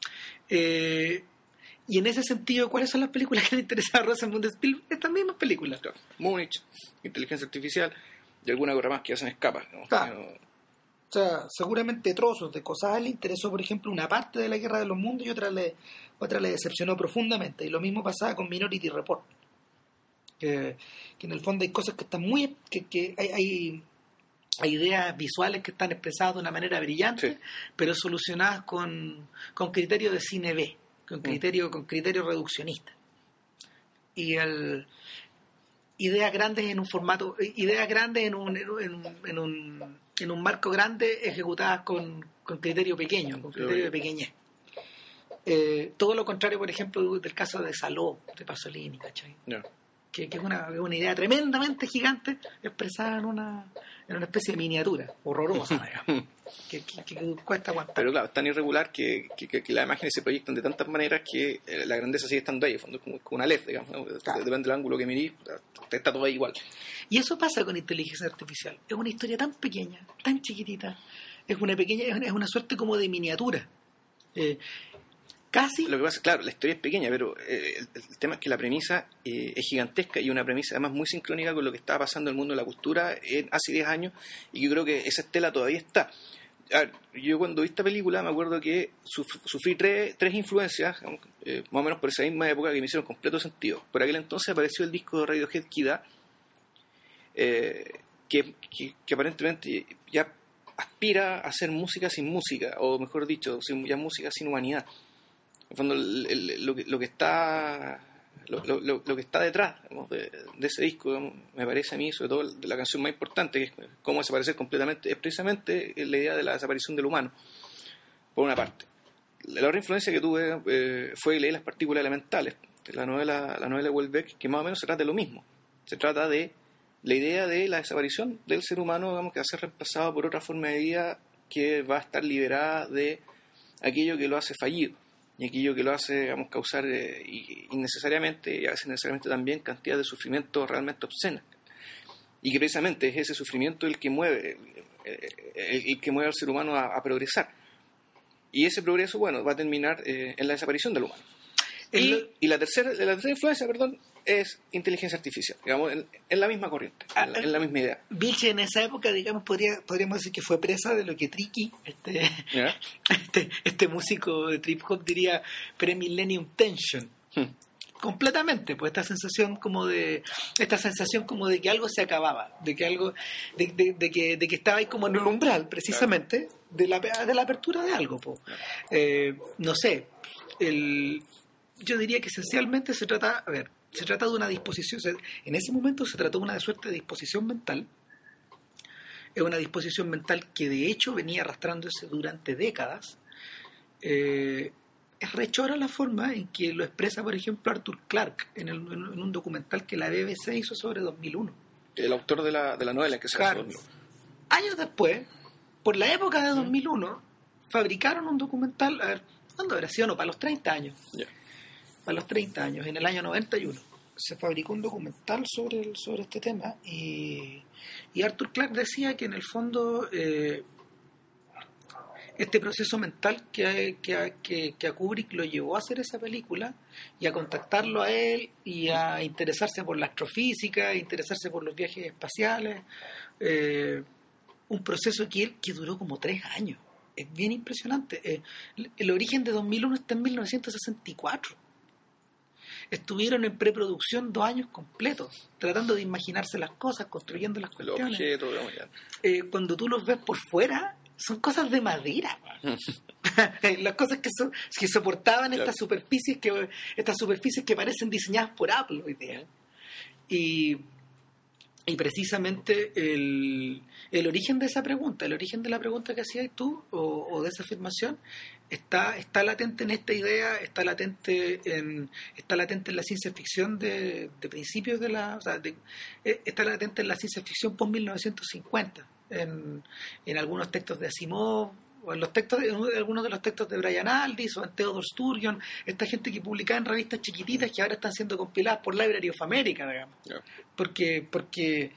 Eh, y en ese sentido, ¿cuáles son las películas que le interesan a Rosenbaum de Spielberg? Estas mismas películas. Claro. Múnich, Inteligencia Artificial y alguna cosa más que ya se me escapa, ¿no? Claro. Pero... O sea, seguramente trozos de cosas. A él le interesó, por ejemplo, una parte de la Guerra de los Mundos y otra le, otra le decepcionó profundamente. Y lo mismo pasaba con Minority Report. Que, que en el fondo hay cosas que están muy... que, que hay, hay hay ideas visuales que están expresadas de una manera brillante, sí, pero solucionadas con, con criterio de cine B, con criterio, mm. con criterio reduccionista. Y el ideas grandes en un formato, ideas grandes en un, en un, en un, en un marco grande ejecutadas con, con criterio pequeño, con criterio de pequeñez. Eh, todo lo contrario, por ejemplo, del caso de Saló, de Pasolini, ¿cachai? No. Que, que es una, una idea tremendamente gigante expresada en una, en una especie de miniatura horrorosa, digamos, que, que, que cuesta aguantar. Pero claro, es tan irregular que, que, que las imágenes se proyectan de tantas maneras que la grandeza sigue estando ahí, es como, como una L E D, digamos, ¿no? Claro. Depende del ángulo que mirís, está todo ahí igual. Y eso pasa con inteligencia artificial. Es una historia tan pequeña, tan chiquitita, es una pequeña, es una, es una suerte como de miniatura. Eh, Casi. Lo que pasa, claro, la historia es pequeña, pero eh, el, el tema es que la premisa eh, es gigantesca y una premisa además muy sincrónica con lo que estaba pasando en el mundo de la cultura en, hace diez años, y yo creo que esa estela todavía está. A ver, yo cuando vi esta película me acuerdo que suf- sufrí tres, tres influencias, eh, más o menos por esa misma época, que me hicieron completo sentido. Por aquel entonces apareció el disco de Radiohead Kida, eh, que, que, que aparentemente ya aspira a hacer música sin música, o mejor dicho, ya música sin humanidad. En el fondo, el, el, lo, que, lo que está lo, lo, lo que está detrás, digamos, de, de ese disco, digamos, me parece a mí, sobre todo de la canción más importante, que es cómo desaparecer completamente, es precisamente la idea de la desaparición del humano, por una parte. La otra influencia que tuve eh, fue leer Las partículas elementales, la novela, la novela de Houellebecq, que más o menos se trata de lo mismo. Se trata de la idea de la desaparición del ser humano, digamos, que va a ser reemplazado por otra forma de vida que va a estar liberada de aquello que lo hace fallido. Y aquello que lo hace, digamos, causar eh, innecesariamente, y a veces necesariamente también, cantidad de sufrimiento realmente obscena. Y que precisamente es ese sufrimiento el que mueve, eh, el, el que mueve al ser humano a, a progresar. y ese progreso, bueno, va a terminar eh, en la desaparición del humano. Y, El- y la tercera la tercera influencia, perdón, es inteligencia artificial, digamos, en, en la misma corriente, en la, en la misma idea. Vilche en esa época, digamos, podría, podríamos decir que fue presa de lo que Tricky, este, ¿Ya? este, este músico de trip hop, diría pre-millennium tension. Hmm. Completamente, pues esta sensación como de esta sensación como de que algo se acababa, de que algo de, de, de que de que estaba ahí como en el umbral precisamente de la de la apertura de algo, po. Eh, no sé, el yo diría que esencialmente se trata, a ver, se trata de una disposición, o sea, en ese momento se trató de una suerte de disposición mental. Es una disposición mental que de hecho venía arrastrándose durante décadas. Eh, es rechora la forma en que lo expresa, por ejemplo, Arthur Clarke en, el, en un documental que la B B C hizo sobre dos mil uno. El autor de la, de la novela en que se Claro. basó. Años después, por la época de dos mil uno, fabricaron un documental, a ver, ¿cuándo habrá sido? No, para los treinta años. Ya. Para los treinta años, en el año noventa y uno. Se fabricó un documental sobre, el, sobre este tema y, y Arthur Clarke decía que en el fondo eh, este proceso mental que, a- que, a- que, que a Kubrick lo llevó a hacer esa película y a contactarlo a él y a interesarse por la astrofísica, a interesarse por los viajes espaciales, eh, un proceso que, él, que duró como tres años. Es bien impresionante. Eh, el origen de dos mil uno está en mil novecientos sesenta y cuatro. Estuvieron en preproducción dos años completos, tratando de imaginarse las cosas, construyendo las Los cuestiones. objetos, digamos, ya. Eh, cuando tú los ves por fuera, son cosas de madera. Las cosas que, so- que soportaban Claro. estas superficies que estas superficies que parecen diseñadas por Apple hoy día. Y, y precisamente el, el origen de esa pregunta, el origen de la pregunta que hacías tú, o, o de esa afirmación, está, está latente en esta idea, está latente en, está latente en la ciencia ficción de, de principios de la, o sea, de- eh, está latente en la ciencia ficción post mil novecientos cincuenta, en, en algunos textos de Asimov, o en los textos de, en algunos de los textos de Brian Aldiss o en Theodore Sturgeon, esta gente que publicaba en revistas chiquititas que ahora están siendo compiladas por Library of America, digamos. Ya. Porque, porque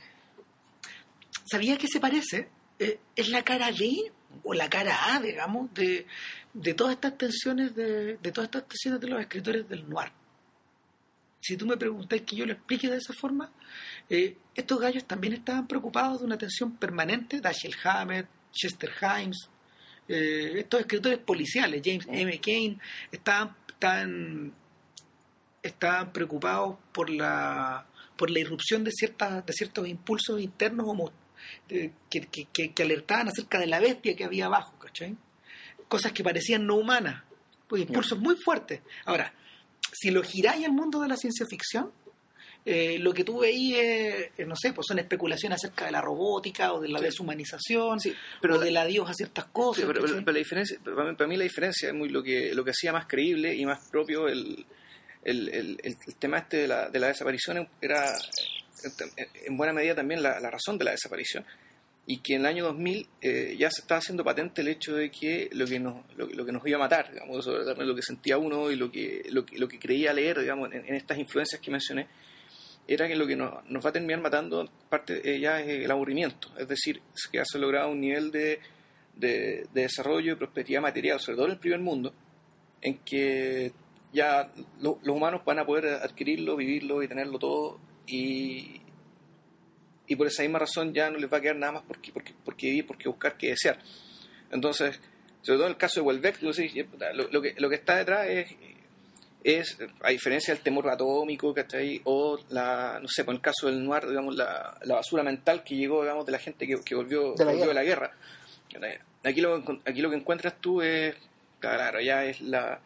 ¿sabía qué se parece? Eh, es la cara B o la cara A, digamos, de, de todas estas tensiones de, de todas estas tensiones de los escritores del noir. Si tú me preguntas que yo lo explique de esa forma, eh, estos gallos también estaban preocupados de una tensión permanente. Dashiell Hammett, Chester Himes, eh, estos escritores policiales, James M. Cain, estaban, estaban, estaban preocupados por la por la irrupción de ciertas de ciertos impulsos internos homo- de- que, que, que, que alertaban acerca de la bestia que había abajo, ¿cachai? Cosas que parecían no humanas, pues impulsos muy fuertes. Ahora, si lo giráis al mundo de la ciencia ficción, eh, lo que tú veis es, eh, no sé, pues son especulaciones acerca de la robótica o de la Sí. deshumanización, Sí, pero o la- del adiós a ciertas cosas. Sí, pero, pero- ¿cachai? pero la diferencia, para mí, para mí la diferencia es muy lo que lo que hacía más creíble y más propio el, el, el, el- el tema este de la, de la desaparición era en buena medida también la, la razón de la desaparición, y que en el año dos mil eh, ya se estaba haciendo patente el hecho de que lo que nos lo, lo que nos iba a matar, digamos, sobre todo lo que sentía uno y lo que lo que, lo que creía leer, digamos, en, en estas influencias que mencioné, era que lo que nos, nos va a terminar matando parte eh, ya es el aburrimiento, es decir, es que ya se ha logrado un nivel de, de, de desarrollo y prosperidad material, sobre todo en el primer mundo, en que ya lo- los humanos van a poder adquirirlo, vivirlo y tenerlo todo, y, y por esa misma razón ya no les va a quedar nada más por qué porque, porque vivir, por qué buscar, qué desear. Entonces, sobre todo en el caso de Welbeck, lo, lo, lo, que, lo que está detrás es, es, a diferencia del temor atómico, ¿cachai? O la, no sé, por el caso del noir, digamos, la, la basura mental que llegó, digamos, de la gente que, que volvió, De la volvió de la guerra. guerra. Aquí lo, aquí lo que encuentras tú es, claro, ya es la,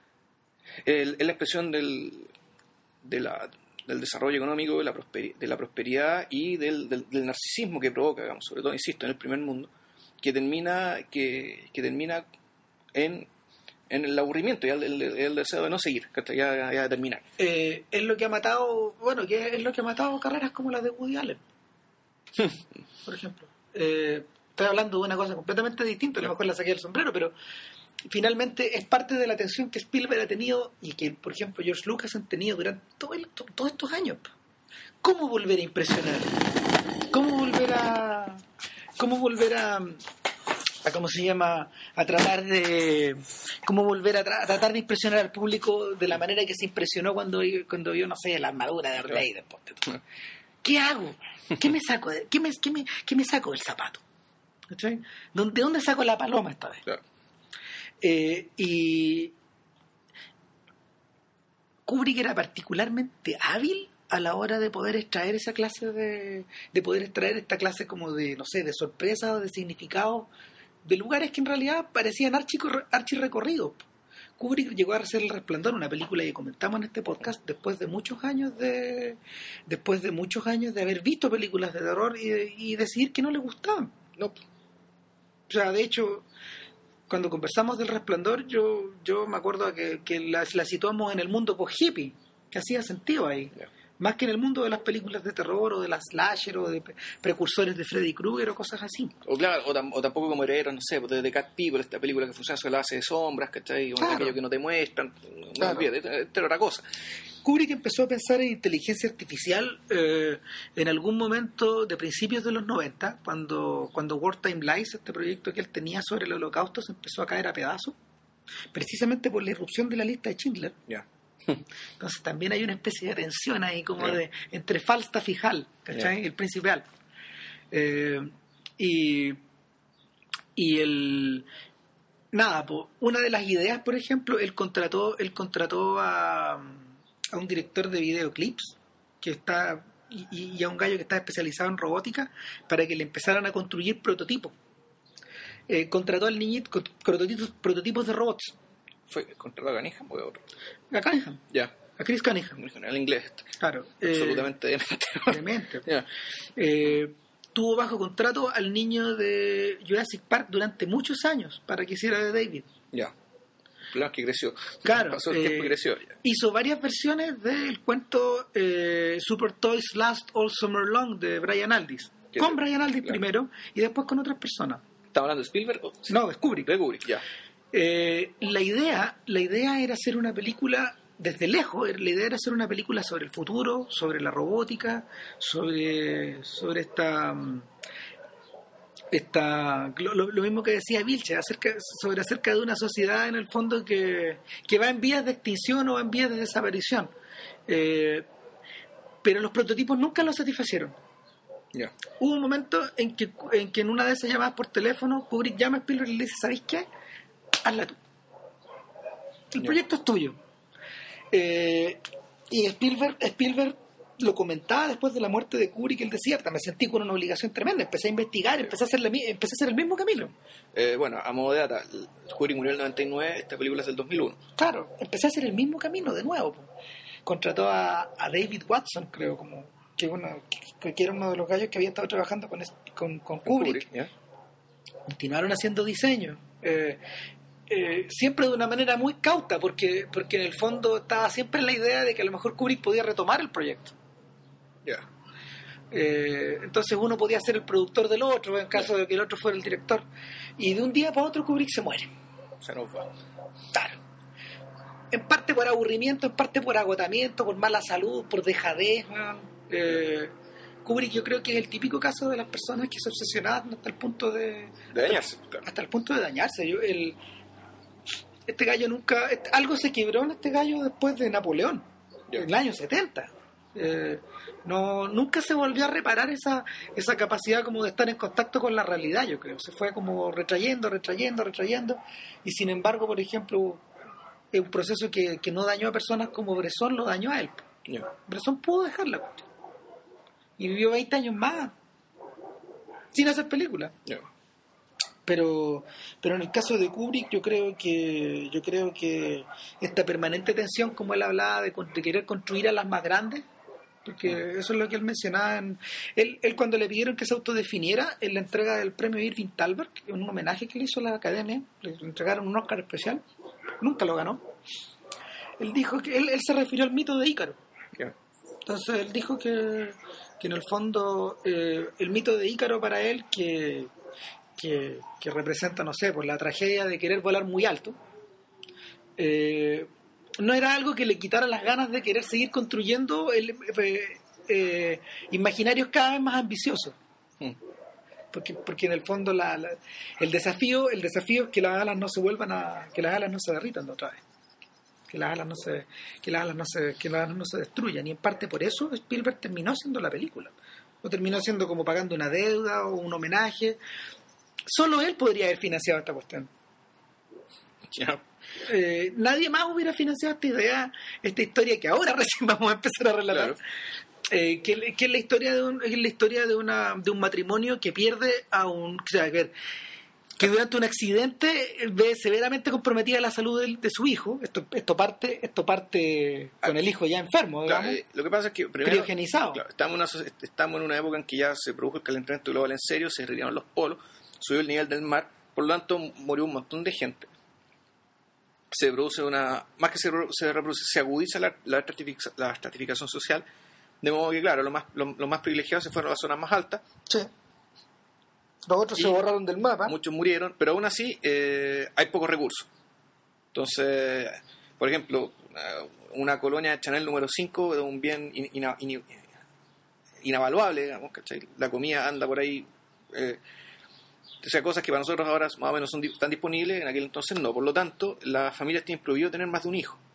el, es la expresión del, de la, del desarrollo económico, de la, prosperi- de la prosperidad y del, del, del narcisismo que provoca, digamos, sobre todo, insisto, en el primer mundo, que termina, que, que termina en, en el aburrimiento y el, el, el deseo de no seguir, que ya, ya de terminar. Eh, es lo que ha matado, bueno, que es lo que ha matado carreras como las de Woody Allen, por ejemplo. Eh, estoy hablando de una cosa completamente distinta, a lo mejor la saqué del sombrero, pero finalmente es parte de la atención que Spielberg ha tenido y que, por ejemplo, George Lucas han tenido durante todo el- to- todos estos años. ¿Cómo volver a impresionar? ¿Cómo volver a cómo volver a a cómo se llama, a tratar de cómo volver a, tra- a tratar de impresionar al público de la manera que se impresionó cuando cuando vio, no sé, la armadura de Darth Vader. ¿Qué hago? ¿Qué me saco? De, qué, me, qué, me, ¿Qué me saco del zapato? ¿Cachai? ¿De dónde saco la paloma esta vez? Claro. Eh, y Kubrick era particularmente hábil a la hora de poder extraer esa clase de de poder extraer esta clase como de, no sé, de sorpresa o de significado de lugares que en realidad parecían archirrecorridos. Kubrick llegó a hacer El Resplandor, una película que comentamos en este podcast después de muchos años de después de muchos años de haber visto películas de terror y, de, y decidir que no le gustaban. No. O sea, de hecho, cuando conversamos del Resplandor, yo yo me acuerdo que, que la, la situamos en el mundo post-hippie, que hacía sentido ahí. Yeah. Más que en el mundo de las películas de terror o de las slasher o de precursores de Freddy Krueger o cosas así. O claro, o, tam- o tampoco como herederos, no sé, de The Cat People, esta película que funciona sobre la base de sombras, ¿cachai? O Claro. aquello que no te muestran, Claro. no, esta era otra cosa. Kubrick empezó a pensar en inteligencia artificial eh, en algún momento de principios de los noventa, cuando, cuando Wartime Lies, este proyecto que él tenía sobre el holocausto, se empezó a caer a pedazos, precisamente por la irrupción de la lista de Schindler. Ya. Yeah. Entonces también hay una especie de tensión ahí como Yeah. de entre Falstaff y Hal, ¿cachai? Yeah. El principal. Eh, y, y el... Nada, po, una de las ideas, por ejemplo, él contrató, él contrató a, a un director de videoclips que está y, y a un gallo que está especializado en robótica para que le empezaran a construir prototipos. Eh, contrató al niñito con prototipos, prototipos de robots. ¿Fue contra la Cunningham o otro? A Cunningham. Ya. Yeah. A Chris Cunningham. El inglés. Claro. Absolutamente eh, demente. demente. Yeah. Eh, tuvo bajo contrato al niño de Jurassic Park durante muchos años para que hiciera de David. Ya. Claro, que creció. Claro. Pasó el eh, tiempo y creció. Ya. Hizo varias versiones del cuento eh, Super Toys Last All Summer Long de Brian Aldiss. Con es? Brian Aldiss claro. primero y después con otras personas. ¿Estaba hablando de Spielberg? O... No, de Kubrick. De Kubrick, ya. Eh, la idea la idea era hacer una película desde lejos. La idea era hacer una película sobre el futuro, sobre la robótica, sobre sobre esta esta lo, lo mismo que decía Vilche, acerca sobre acerca de una sociedad en el fondo que, que va en vías de extinción o en vías de desaparición. Eh, pero los prototipos nunca lo satisfacieron. Yeah. Hubo un momento en que en que en una de esas llamadas por teléfono Kubrick llama a Spielberg y le dice: ¿sabéis qué? Hazla tú. El yeah. proyecto es tuyo. Eh, y Spielberg, Spielberg lo comentaba después de la muerte de Kubrick. Él decía: me sentí con una obligación tremenda. Empecé a investigar, empecé a hacer, la, empecé a hacer el mismo camino. Eh, bueno, a modo de data, Kubrick murió en el noventa y nueve, esta película es del dos mil uno. Claro, empecé a hacer el mismo camino de nuevo. Contrató a, a David Watson, creo, como que, bueno, que, que era uno de los gallos que había estado trabajando con, con, con Kubrick. Kubrick yeah. Continuaron haciendo diseño. Eh, Eh, siempre de una manera muy cauta, porque porque en el fondo estaba siempre la idea de que a lo mejor Kubrick podía retomar el proyecto. Yeah. Eh, entonces uno podía ser el productor del otro en caso yeah. de que el otro fuera el director, y de un día para otro Kubrick se muere. Se nos va. Claro. En parte por aburrimiento, en parte por agotamiento, por mala salud, por dejadez. eh, Kubrick yo creo que es el típico caso de las personas que se obsesionaban hasta el punto de de dañarse, hasta, claro. hasta el punto de dañarse. Yo, el Este gallo nunca... Este, algo se quebró en este gallo después de Napoleón, yeah. en el año setenta. Eh, no, nunca se volvió a reparar esa esa capacidad como de estar en contacto con la realidad, yo creo. Se fue como retrayendo, retrayendo, retrayendo. Y sin embargo, por ejemplo, es un proceso que, que no dañó a personas como Bresson, lo dañó a él. Yeah. Bresson pudo dejar la cuestión. Y vivió veinte años más sin hacer películas. Yeah. Pero pero en el caso de Kubrick yo creo que yo creo que esta permanente tensión, como él hablaba de, de querer construir a las más grandes, porque mm. eso es lo que él mencionaba en, él, él cuando le pidieron que se autodefiniera en la entrega del premio Irving Thalberg, en un homenaje que le hizo a la academia, le entregaron un Oscar especial, nunca lo ganó. Él dijo que él, él se refirió al mito de Ícaro. Yeah. Entonces él dijo que, que en el fondo eh, el mito de Ícaro para él que Que, que representa, no sé, pues la tragedia de querer volar muy alto, eh, no era algo que le quitara las ganas de querer seguir construyendo el, eh, eh, imaginarios cada vez más ambiciosos. Mm. porque porque en el fondo la, la, el desafío el desafío es que las alas no se vuelvan a que las alas no se derritan de otra vez, que las alas no se que las alas no se que las alas no se destruyan, y en parte por eso Spielberg terminó haciendo la película, o terminó siendo como pagando una deuda o un homenaje. Solo él podría haber financiado esta cuestión. Yeah. Eh, nadie más hubiera financiado esta idea, esta historia que ahora recién vamos a empezar a relatar. Claro. Eh, que, que es la historia de un, es la historia de una de un matrimonio que pierde a un, o sea, que, que durante un accidente ve severamente comprometida la salud de, de su hijo. Esto esto parte esto parte con el hijo ya enfermo, digamos. Claro, eh, lo que pasa es que primero, criogenizado. Claro, estamos, en una, estamos en una época en que ya se produjo el calentamiento global en serio, se derritieron los polos, subió el nivel del mar, por lo tanto murió un montón de gente. Se produce una, más que se, se reproduce, se agudiza la, la, estratific, la estratificación social, de modo que, claro, los más, los, los más privilegiados se fueron a las zonas más altas. Sí. Los otros se borraron del mapa. Muchos murieron, pero aún así eh, hay pocos recursos. Entonces, por ejemplo, una colonia de Chanel número cinco es un bien in, in, in, inavaluable, digamos, ¿cachai? La comida anda por ahí... Eh, O sea, cosas que para nosotros ahora más o menos son, están disponibles, en aquel entonces no. Por lo tanto, las familias tienen prohibido tener más de un hijo.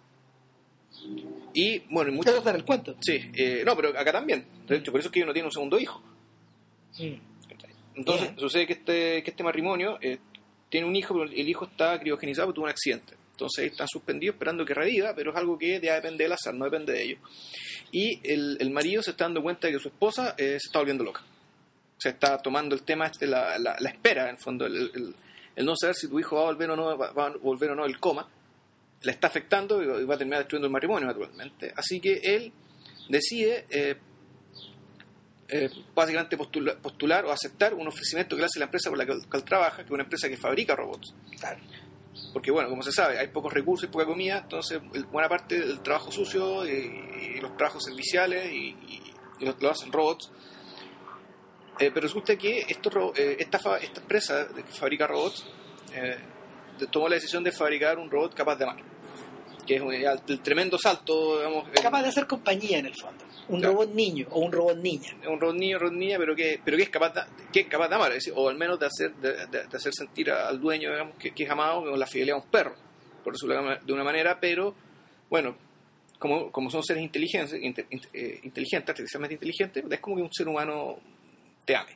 Y, bueno, y muchos... ¿Te vas a dar el cuento? Sí, eh, no, pero acá también. De hecho, por eso es que uno tiene un segundo hijo. Sí. Entonces, Bien. sucede que este, que este matrimonio eh, tiene un hijo, pero el hijo está criogenizado porque tuvo un accidente. Entonces, están suspendidos esperando que reviva, pero es algo que ya depende del azar, no depende de ellos. Y el, el marido se está dando cuenta de que su esposa eh, se está volviendo loca. Se está tomando el tema este, la, la, la espera, en el fondo, el, el, el no saber si tu hijo va a volver o no, va, va a volver o no el coma, le está afectando y va a terminar destruyendo el matrimonio, naturalmente. Así que él decide eh, eh, básicamente postular, postular o aceptar un ofrecimiento que le hace la empresa por la que él trabaja, que es una empresa que fabrica robots. Claro. Porque, bueno, como se sabe, hay pocos recursos y poca comida, entonces buena parte del trabajo sucio y, y los trabajos serviciales y, y, y lo, lo hacen robots. Eh, pero resulta que esto, eh, esta, esta empresa que fabrica robots eh, tomó la decisión de fabricar un robot capaz de amar, que es un, el, el tremendo salto, digamos, capaz de hacer compañía en el fondo, un claro. robot niño o un robot niña, un robot niño, robot niña, pero que pero que es capaz de, que es capaz de amar, es decir, o al menos de hacer de, de, de hacer sentir al dueño, digamos, que, que es amado con la fidelidad a un perro, por decirlo de una manera. Pero bueno, como como son seres inteligentes, inte, eh, inteligentes, artificialmente inteligentes, es como que un ser humano te ame.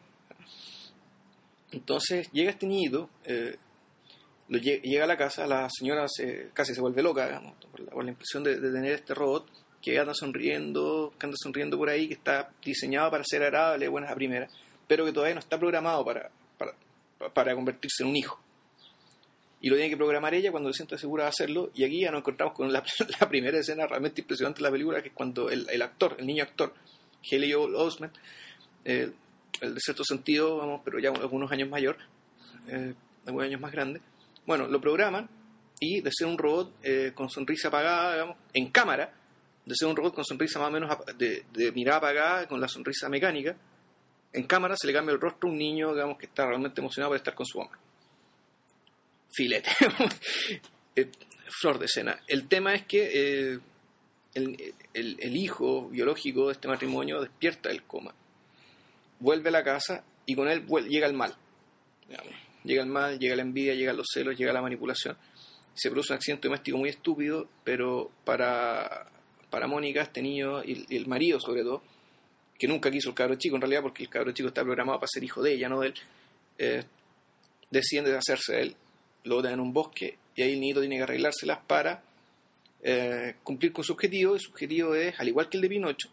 Entonces llega este niñito, eh, lo llega, llega a la casa, la señora se, casi se vuelve loca, digamos, por la, por la impresión de, de tener este robot que anda sonriendo, que anda sonriendo por ahí, que está diseñado para ser agradable, buenas a primera, pero que todavía no está programado para, para, para convertirse en un hijo. Y lo tiene que programar ella cuando se siente segura de hacerlo, y aquí ya nos encontramos con la, la primera escena realmente impresionante de la película, que es cuando el, el actor, el niño actor, Haley Joel Osment, eh, el de cierto sentido, vamos, pero ya algunos años mayor, eh, algunos años más grande, bueno, lo programan, y de ser un robot eh, con sonrisa apagada, digamos, en cámara, de ser un robot con sonrisa más o menos de, de mirada apagada, con la sonrisa mecánica, en cámara se le cambia el rostro a un niño, digamos, que está realmente emocionado por estar con su mamá. Filete. eh, flor de escena. El tema es que eh, el, el, el hijo biológico de este matrimonio despierta del coma, vuelve a la casa y con él vuelve, llega el mal. Digamos. Llega el mal, llega la envidia, llegan los celos, llega la manipulación. Se produce un accidente doméstico muy estúpido, pero para, para Mónica, este niño y, y el marido sobre todo, que nunca quiso el cabro chico en realidad, porque el cabro chico está programado para ser hijo de ella, no de él, eh, deciden deshacerse de él, lo botan en un bosque y ahí el niñito tiene que arreglárselas para eh, cumplir con su objetivo, y su objetivo es, al igual que el de Pinocho,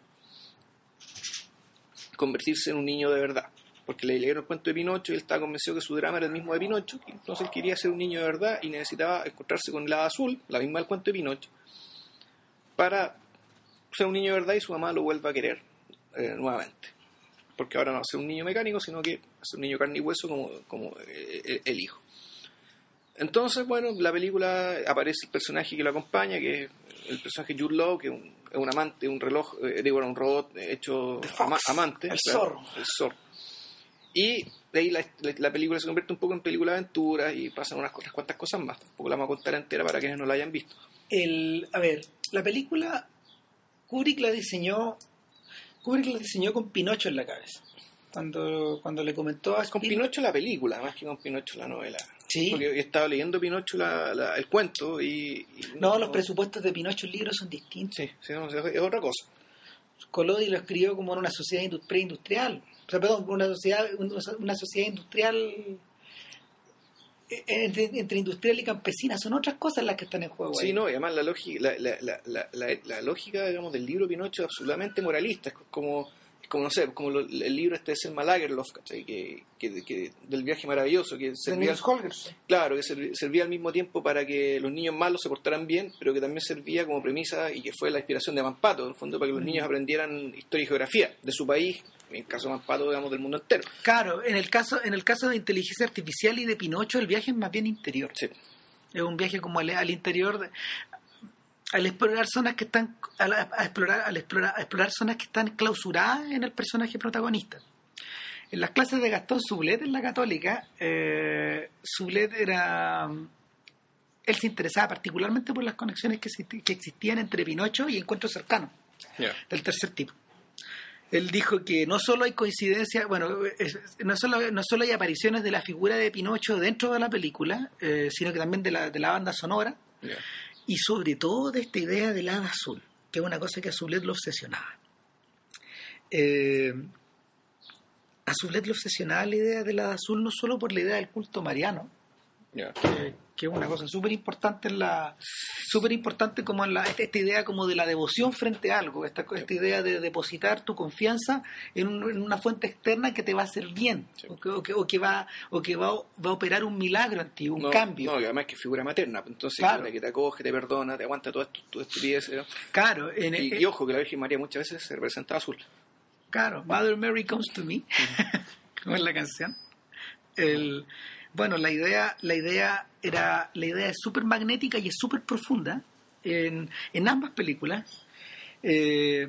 convertirse en un niño de verdad, porque le leyeron el cuento de Pinocho y él estaba convencido que su drama era el mismo de Pinocho, y entonces él quería ser un niño de verdad y necesitaba encontrarse con el hada azul, la misma del cuento de Pinocho, para ser un niño de verdad y su mamá lo vuelva a querer eh, nuevamente, porque ahora no va a ser un niño mecánico, sino que va a ser un niño carne y hueso como, como eh, el hijo. Entonces, bueno, la película aparece el personaje que lo acompaña, que es el personaje Jude Law, que es un, es un amante, un reloj, eh, digo, un robot hecho ama, amante. El claro, zorro. El zorro. Y de ahí la, la, la película se convierte un poco en película de aventuras y pasan unas, unas cuantas cosas más. Tampoco la vamos a contar entera para quienes no la hayan visto. El, a ver, la película Kubrick la diseñó Kubrick la diseñó con Pinocho en la cabeza. cuando, cuando le comentó a Con Spielberg- Pinocho la película, más que con Pinocho la novela. Sí. Porque yo estaba leyendo Pinocho la, la- el cuento y... y No, los presupuestos de Pinocho en libros son distintos. Sí, sí, no, es otra cosa. Collodi lo escribió como en una sociedad indu- preindustrial. O sea, perdón, una sociedad, una sociedad industrial eh, entre, entre industrial y campesina. Son otras cosas las que están en juego Sí, ahí. no, y además la, lógica la, la, la, la, la, la lógica, digamos, del libro Pinocho es absolutamente moralista. Es como, es como no sé, como lo- el libro este de Selma Lagerlöf, ¿cachai? Que, que, que, del viaje maravilloso, que De servía, Niels Holgersen. claro, que serv- servía al mismo tiempo para que los niños malos se portaran bien, pero que también servía como premisa y que fue la inspiración de Mampato, en el fondo, para que los Mm. niños aprendieran historia y geografía de su país, en el caso de Mampato, digamos, del mundo entero. Claro, en el caso en el caso de inteligencia artificial y de Pinocho, el viaje es más bien interior. Sí. Es un viaje como al, al interior, de- al explorar zonas que están, al- a, explorar, al explorar, a explorar zonas que están clausuradas en el personaje protagonista. En las clases de Gastón Sublet en la Católica, eh, Sublet era, él se interesaba particularmente por las conexiones que, existi- que existían entre Pinocho y encuentros cercanos Yeah. del tercer tipo. Él dijo que no solo hay coincidencias, bueno, es- no solo no solo hay apariciones de la figura de Pinocho dentro de la película, eh, sino que también de la, de la banda sonora Yeah. y sobre todo de esta idea del hada azul, que es una cosa que a Sublet lo obsesionaba. Eh, a Sublet lo obsesionaba la idea del hada azul no solo por la idea del culto mariano, Yeah. que, que es una cosa súper importante en la súper importante como en la esta, esta idea como de la devoción frente a algo, esta, esta idea de depositar tu confianza en, un- en una fuente externa que te va a hacer bien, Sí. o, que, o, que, o que va o que va, va a operar un milagro en ti, un no, cambio. No, y además que figura materna, pues, entonces Claro. que te acoge, te perdona, te aguanta toda tu, tu estupidez. ¿no? Claro, en, Y, eh, y ojo, que la Virgen María muchas veces se representa azul. Claro, Mother Mary Comes to Me, como es la canción. El, bueno, la idea, la idea era, la idea es súper magnética y es súper profunda en, en ambas películas. Eh,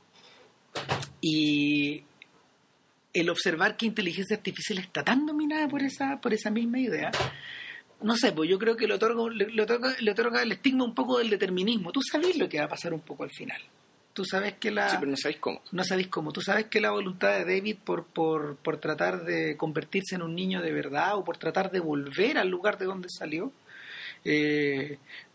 y el observar que inteligencia artificial está tan dominada por esa, por esa misma idea, no sé, pues yo creo que le otorga, le, le otorga, le otorga el estigma un poco del determinismo. Tú sabes lo que va a pasar un poco al final. Tú sabes que la... Sí, pero no sabéis cómo. No sabéis cómo. Tú sabes que la voluntad de David por, por, por tratar de convertirse en un niño de verdad o por tratar de volver al lugar de donde salió, eh,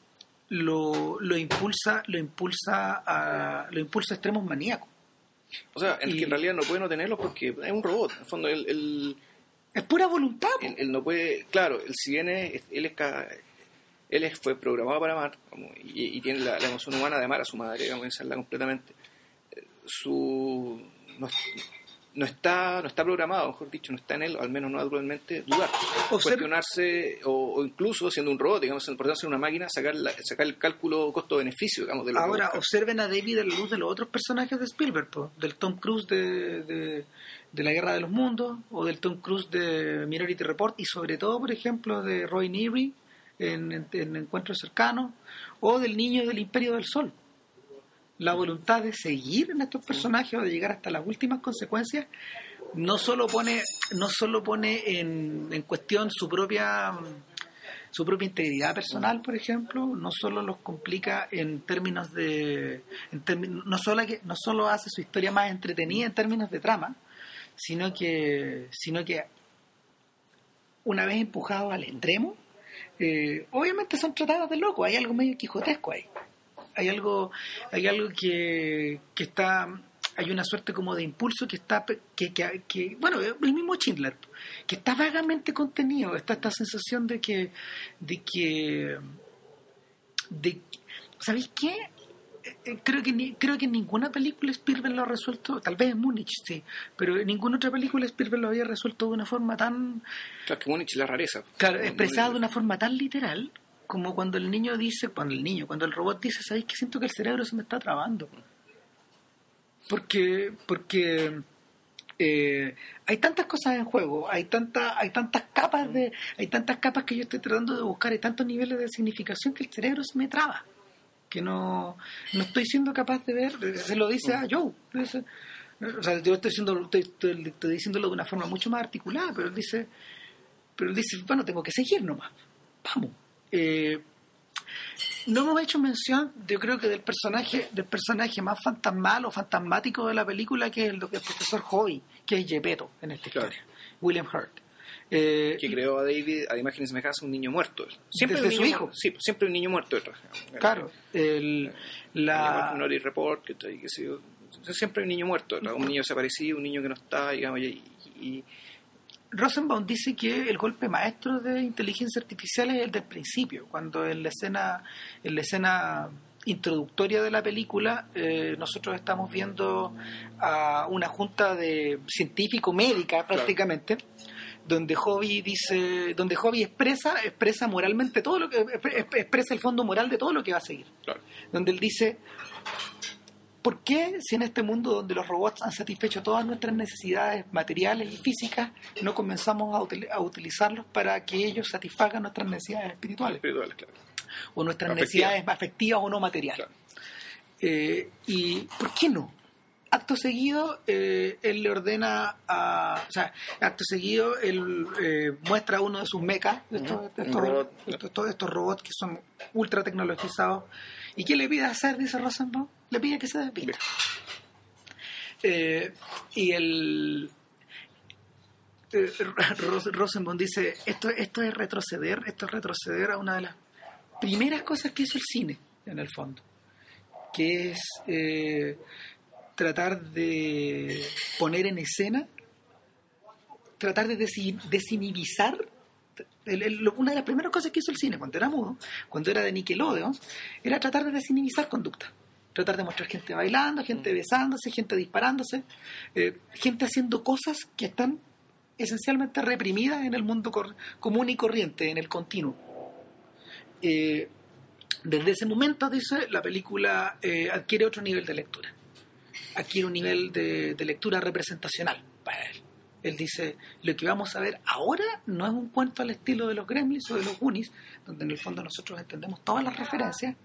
lo, lo impulsa lo impulsa a, lo impulsa a extremos maníacos. O sea, en Y- que en realidad no puede no tenerlo porque es un robot. En el fondo, él, él, Es pura voluntad. po. él- él no puede... Claro, él si bien es, él es... ca- Él es- fue programado para amar como, y, y tiene la, la emoción humana de amar a su madre, digamos, de serla completamente. Eh, Su... No, no está no está programado, mejor dicho, no está en él, o al menos no actualmente, dudar. Observ- Cuestionarse, o, o incluso siendo un robot, digamos, por ser una máquina, sacar, la- sacar el cálculo costo-beneficio, digamos, de lo que Ahora, busca. observen a David a la luz de los otros personajes de Spielberg, po, del Tom Cruise de, de, de La Guerra de los Mundos, o del Tom Cruise de Minority Report, y sobre todo, por ejemplo, de Roy Neary en, en, en Encuentros Cercanos, o del Niño del Imperio del Sol. La voluntad de seguir en estos personajes o de llegar hasta las últimas consecuencias no solo pone no solo pone en, en cuestión su propia su propia integridad personal, por ejemplo, no solo los complica en términos de en términ- no solo que no solo hace su historia más entretenida en términos de trama, sino que sino que una vez empujados al extremo, eh, obviamente son tratadas de loco, hay algo medio quijotesco ahí. Hay algo, hay algo que, que está, hay una suerte como de impulso que está, que, que, que, bueno, el mismo Schindler, que está vagamente contenido, está esta sensación de que, de que, de, ¿sabéis qué? Eh, eh, Creo que ni, creo que en ninguna película Spielberg lo ha resuelto, tal vez en Múnich, sí, pero en ninguna otra película Spielberg lo había resuelto de una forma tan, Claro, que Múnich es la rareza. claro, No- no- expresada de una forma tan literal como cuando el niño dice, cuando el niño, cuando el robot dice, ¿sabéis que siento que el cerebro se me está trabando? Porque, porque eh, hay tantas cosas en juego, hay tantas, hay tantas capas de, hay tantas capas que yo estoy tratando de buscar, hay tantos niveles de significación que el cerebro se me traba, que no, no estoy siendo capaz de ver. Se lo dice a Joe. Dice, o sea, yo estoy, siendo, estoy, estoy, estoy diciéndolo de una forma mucho más articulada, pero él dice, pero él dice, bueno, tengo que seguir nomás, vamos. Eh, No hemos hecho mención, yo creo que del personaje del personaje más fantasmal o fantasmático de la película, que es el, el profesor Hobby, que es Gepetto en esta Claro. historia, William Hurt. Eh, Que creó a David a imagen y semejanza un niño muerto. Siempre Desde un su niño, hijo. Sí, siempre un niño muerto detrás. claro, el, la... Minority Report, que, que sé yo. Siempre hay un niño muerto detrás, un niño desaparecido, un niño que no está, digamos, y, y Rosenbaum dice que el golpe maestro de inteligencia artificial es el del principio, cuando en la escena, en la escena introductoria de la película eh, nosotros estamos viendo a una junta de científico-médica prácticamente, claro, donde Hobby dice, donde Hobby expresa, expresa moralmente todo lo que expresa el fondo moral de todo lo que va a seguir, claro, donde él dice: ¿por qué, si en este mundo donde los robots han satisfecho todas nuestras necesidades materiales y físicas, no comenzamos a, util- a utilizarlos para que ellos satisfagan nuestras necesidades espirituales? Espirituales, claro. O nuestras Afectiva. necesidades afectivas o no materiales. Claro. Eh, ¿Y por qué no? Acto seguido, eh, él le ordena a... O sea, acto seguido, él eh, muestra uno de sus mechas, estos, Uh-huh. estos, Un robot. estos, estos, estos robots que son ultra tecnologizados. ¿Y qué le pide hacer, dice Rosenbaum? Le pide que se desvista. Eh, y el... Eh, Ros- Rosenbaum dice, esto, esto es retroceder, esto es retroceder a una de las primeras cosas que hizo el cine, en el fondo, que es eh, tratar de poner en escena, tratar de desi- desinhibizar. El, el, una de las primeras cosas que hizo el cine cuando era mudo, cuando era de Nickelodeon, era tratar de desinhibizar conducta, tratar de mostrar gente bailando, gente besándose, gente disparándose, eh, gente haciendo cosas que están esencialmente reprimidas en el mundo cor- común y corriente, en el continuo. Eh, desde ese momento, dice, la película eh, adquiere otro nivel de lectura, adquiere un nivel de, de lectura representacional para él. Él dice, lo que vamos a ver ahora no es un cuento al estilo de los Gremlins o de los Goonies, donde en el fondo nosotros entendemos todas las referencias,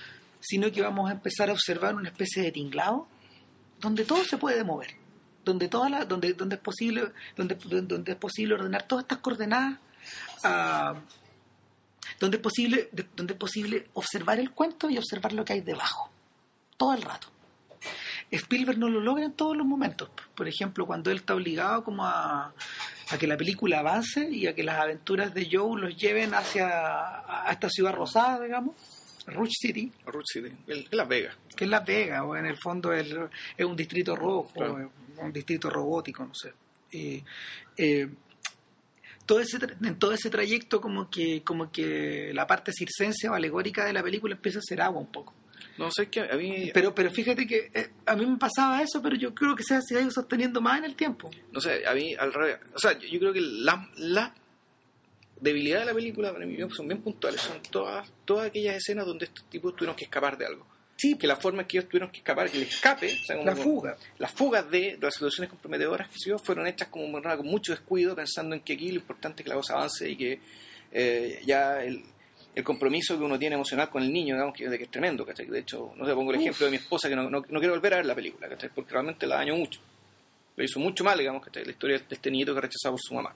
sino que vamos a empezar a observar una especie de tinglado donde todo se puede mover, donde toda la, donde, donde es posible, donde, donde es posible ordenar todas estas coordenadas, uh, donde es posible, donde es posible observar el cuento y observar lo que hay debajo, todo el rato. Spielberg no lo logra en todos los momentos. Por ejemplo, cuando él está obligado como a, a que la película avance y a que las aventuras de Joe los lleven hacia a esta ciudad rosada, digamos, Rouge City. Rouge City, el, Las Vegas. Que es Las Vegas, o en el fondo es, es un distrito rojo, claro, un distrito robótico, no sé. Eh, eh, todo ese tra- en todo ese trayecto como que como que la parte circense o alegórica de la película empieza a ser agua un poco. No sé, que a mí... Pero pero fíjate que eh, a mí me pasaba eso, pero yo creo que se ha, se ha ido sosteniendo más en el tiempo. No sé, a mí al revés. O sea, yo, yo creo que la, la debilidad de la película para mí son bien puntuales. Son todas todas aquellas escenas donde estos tipos tuvieron que escapar de algo. Sí, Que la forma en que ellos tuvieron que escapar, que el escape, o sea, como, la fuga. Las fugas de, de las situaciones comprometedoras que se dio fueron hechas como con mucho descuido, pensando en que aquí lo importante es que la cosa avance y que eh, ya el, el compromiso que uno tiene emocional con el niño, digamos, que, de que es tremendo, ¿cachai? De hecho, no sé, pongo el ejemplo de mi esposa, que no, no, no quiero volver a ver la película, ¿cachai? Porque realmente la dañó mucho. Lo hizo mucho mal, digamos, ¿cachai? La historia de este niñito que rechazaba por su mamá,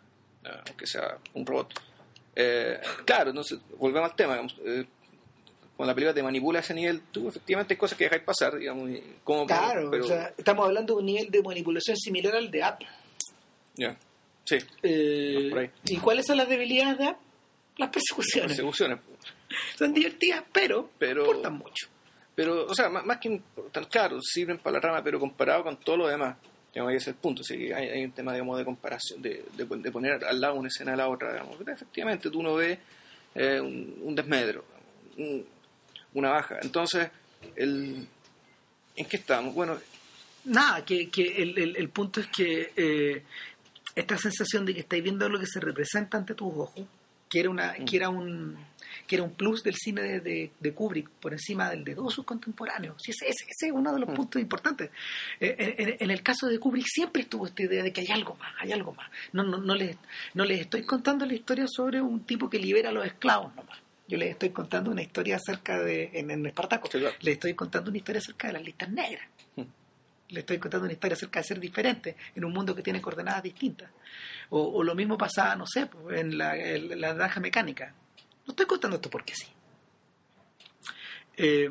aunque sea un robot. Eh, claro, entonces, volvemos al tema, digamos, eh, cuando la película te manipula a ese nivel, tú efectivamente hay cosas que dejáis pasar, digamos, y como, Claro, pero, o sea, estamos hablando de un nivel de manipulación similar al de Apple. ya, sí, Eh, por ahí. ¿Y cuáles son las debilidades de Apple? Las persecuciones. persecuciones, Son divertidas, pero, Pero- importan mucho. pero, o sea, más, más que importan, claro, sirven para la rama, pero comparado con todo lo demás, digamos, ahí es el punto, así que hay, hay un tema, digamos, de comparación, de, de, de poner al lado una escena a la otra, digamos, efectivamente tú no ves eh, un, un desmedro, un, una baja. Entonces, el, ¿en qué estamos? Bueno, Nada, que, que el, el, el punto es que eh, esta sensación de que estáis viendo lo que se representa ante tus ojos, que era una, que era un que era un plus del cine de, de, de Kubrick por encima del de todos sus contemporáneos. Sí, ese, ese, ese es uno de los puntos importantes. Eh, en, en el caso de Kubrick siempre estuvo esta idea de que hay algo más, hay algo más. No, no, no, les, no les estoy contando la historia sobre un tipo que libera a los esclavos nomás. Yo les estoy contando una historia acerca de, en, en Espartaco, Sí, claro. les estoy contando una historia acerca de las listas negras. Le estoy contando una historia acerca de ser diferente en un mundo que tiene coordenadas distintas. O, o lo mismo pasaba, no sé, en la, en la naranja mecánica. No estoy contando esto porque sí. Eh,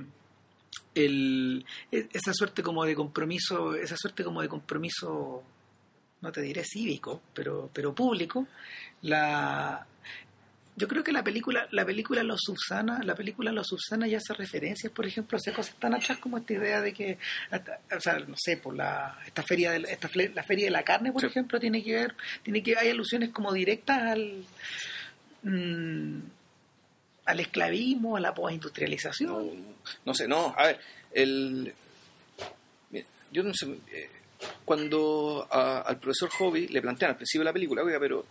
el, esa suerte como de compromiso, esa suerte como de compromiso, no te diré cívico, pero, pero público, la yo creo que la película, la película lo subsana, la película lo subsana y hace referencias, por ejemplo, hace cosas tan atrás como esta idea de que, hasta, o sea, no sé, por la esta feria de la, esta la feria de la carne, por sí. ejemplo, tiene que ver, tiene que hay alusiones como directas al mmm, al esclavismo, a la postindustrialización. No, no sé, no, a ver, el yo no sé, eh, cuando a, al profesor Hobby le plantean al principio de la película, oiga, pero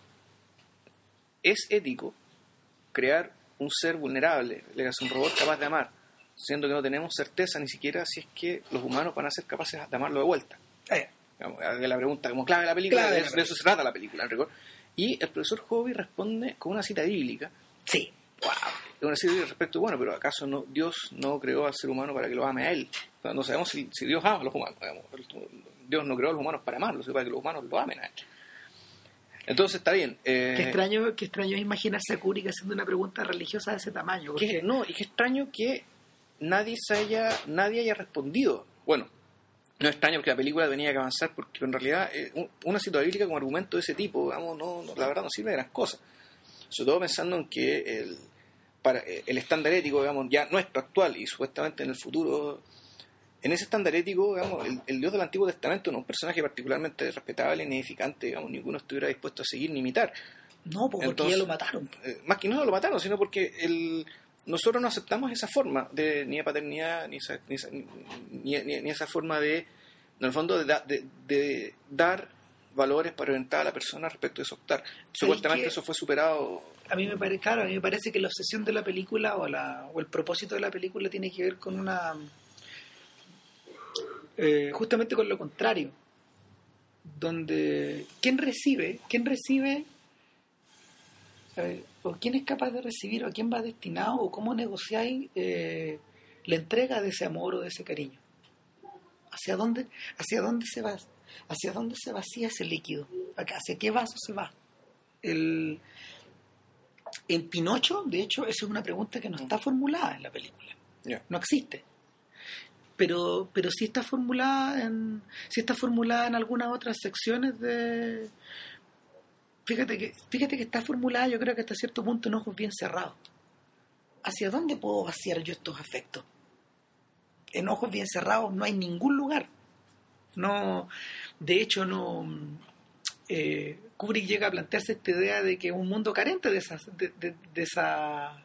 ¿es ético crear un ser vulnerable, le hace un robot capaz de amar, siendo que no tenemos certeza ni siquiera si es que los humanos van a ser capaces de amarlo de vuelta? Eh. Digamos, la pregunta como clave de la película, clave de, eso, de eso se trata la película, en rigor. Y el profesor Hobby responde con una cita bíblica. Sí. Wow. Una cita bíblica respecto, bueno, pero ¿acaso no, Dios no creó al ser humano para que lo ame a él? O sea, no sabemos si, si Dios ama a los humanos. Digamos. Dios no creó a los humanos para amarlos, sino para que los humanos lo amen a él. Entonces está bien. Eh, qué extraño, qué extraño es imaginarse a Kubrick haciendo una pregunta religiosa de ese tamaño. Porque... Que, no, y qué extraño que nadie se haya, nadie haya respondido. Bueno, no es extraño porque la película tenía que avanzar, porque en realidad eh, una cita bíblica con argumento de ese tipo, digamos, no, no, la verdad no sirve de gran cosa. Sobre todo pensando en que el, para, el estándar ético, digamos, ya nuestro actual y supuestamente en el futuro. En ese estándar ético, digamos, el, el Dios del Antiguo Testamento no es un personaje particularmente respetable ni edificante, digamos, ninguno estuviera dispuesto a seguir ni imitar. No, pues porque ya lo mataron. Eh, más que no lo mataron, sino porque el, nosotros no aceptamos esa forma de ni de paternidad, ni esa, ni, esa, ni, ni, ni esa forma de, en el fondo, de, da, de, de dar valores para orientar a la persona respecto de eso optar. Supuestamente eso fue superado. A mí me parece, claro, a mí me parece que la obsesión de la película o, la, o el propósito de la película tiene que ver con una... Eh, justamente con lo contrario, donde quién recibe, quién recibe eh, o quién es capaz de recibir o a quién va destinado o cómo negociáis eh, la entrega de ese amor o de ese cariño, hacia dónde, hacia dónde se va, hacia dónde se vacía ese líquido, hacia qué vaso se va. El, en Pinocho, de hecho, esa es una pregunta que no está formulada en la película, yeah. no existe. Pero, pero sí está formulada en sí está formulada en algunas otras secciones de fíjate que fíjate que está formulada, yo creo que hasta cierto punto en ojos bien cerrados. ¿Hacia dónde puedo vaciar yo estos afectos? En ojos bien cerrados no hay ningún lugar. No, de hecho no eh, Kubrick llega a plantearse esta idea de que es un mundo carente de esas de, de, de esa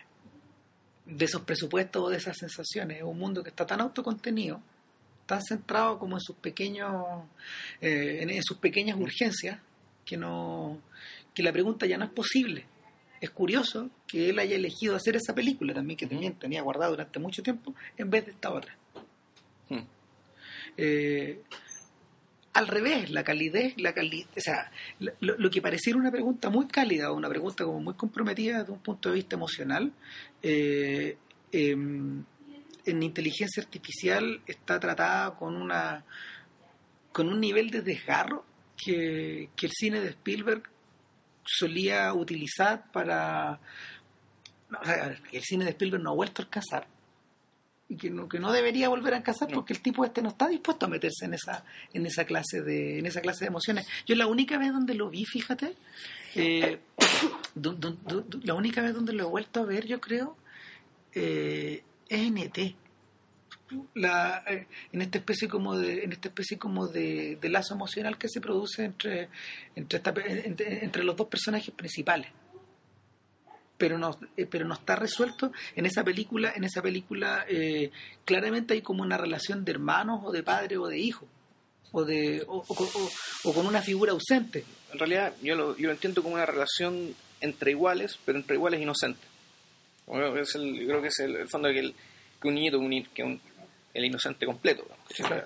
de esos presupuestos o de esas sensaciones. Es un mundo que está tan autocontenido, tan centrado como en sus pequeños eh, en, en sus pequeñas urgencias, que no que la pregunta ya no es posible. Es curioso que él haya elegido hacer esa película también, que también tenía guardada durante mucho tiempo, en vez de esta otra. Hmm. Eh, al revés, la calidez, la calidez, o sea, lo, lo que pareciera una pregunta muy cálida o una pregunta como muy comprometida desde un punto de vista emocional, eh, eh, en inteligencia artificial está tratada con una con un nivel de desgarro que, que el cine de Spielberg solía utilizar para, no, o sea, que el cine de Spielberg no ha vuelto a alcanzar y que no, que no debería volver a alcanzar, no. Porque el tipo este no está dispuesto a meterse en esa en esa clase de en esa clase de emociones. Yo la única vez donde lo vi, fíjate, eh, do, do, do, do, la única vez donde lo he vuelto a ver, yo creo, eh, es en E T. La, eh, en esta especie como de en esta especie como de, de lazo emocional que se produce entre entre, esta, entre entre los dos personajes principales. Pero no, eh, pero no está resuelto en esa película. En esa película eh, claramente hay como una relación de hermanos o de padre o de hijo o de o, o, o, o con una figura ausente. En realidad yo lo, yo lo entiendo como una relación entre iguales, pero entre iguales inocentes. Es el, yo creo que es el, el fondo de que, el, que un niñito un, que un, el inocente completo. Sí, claro.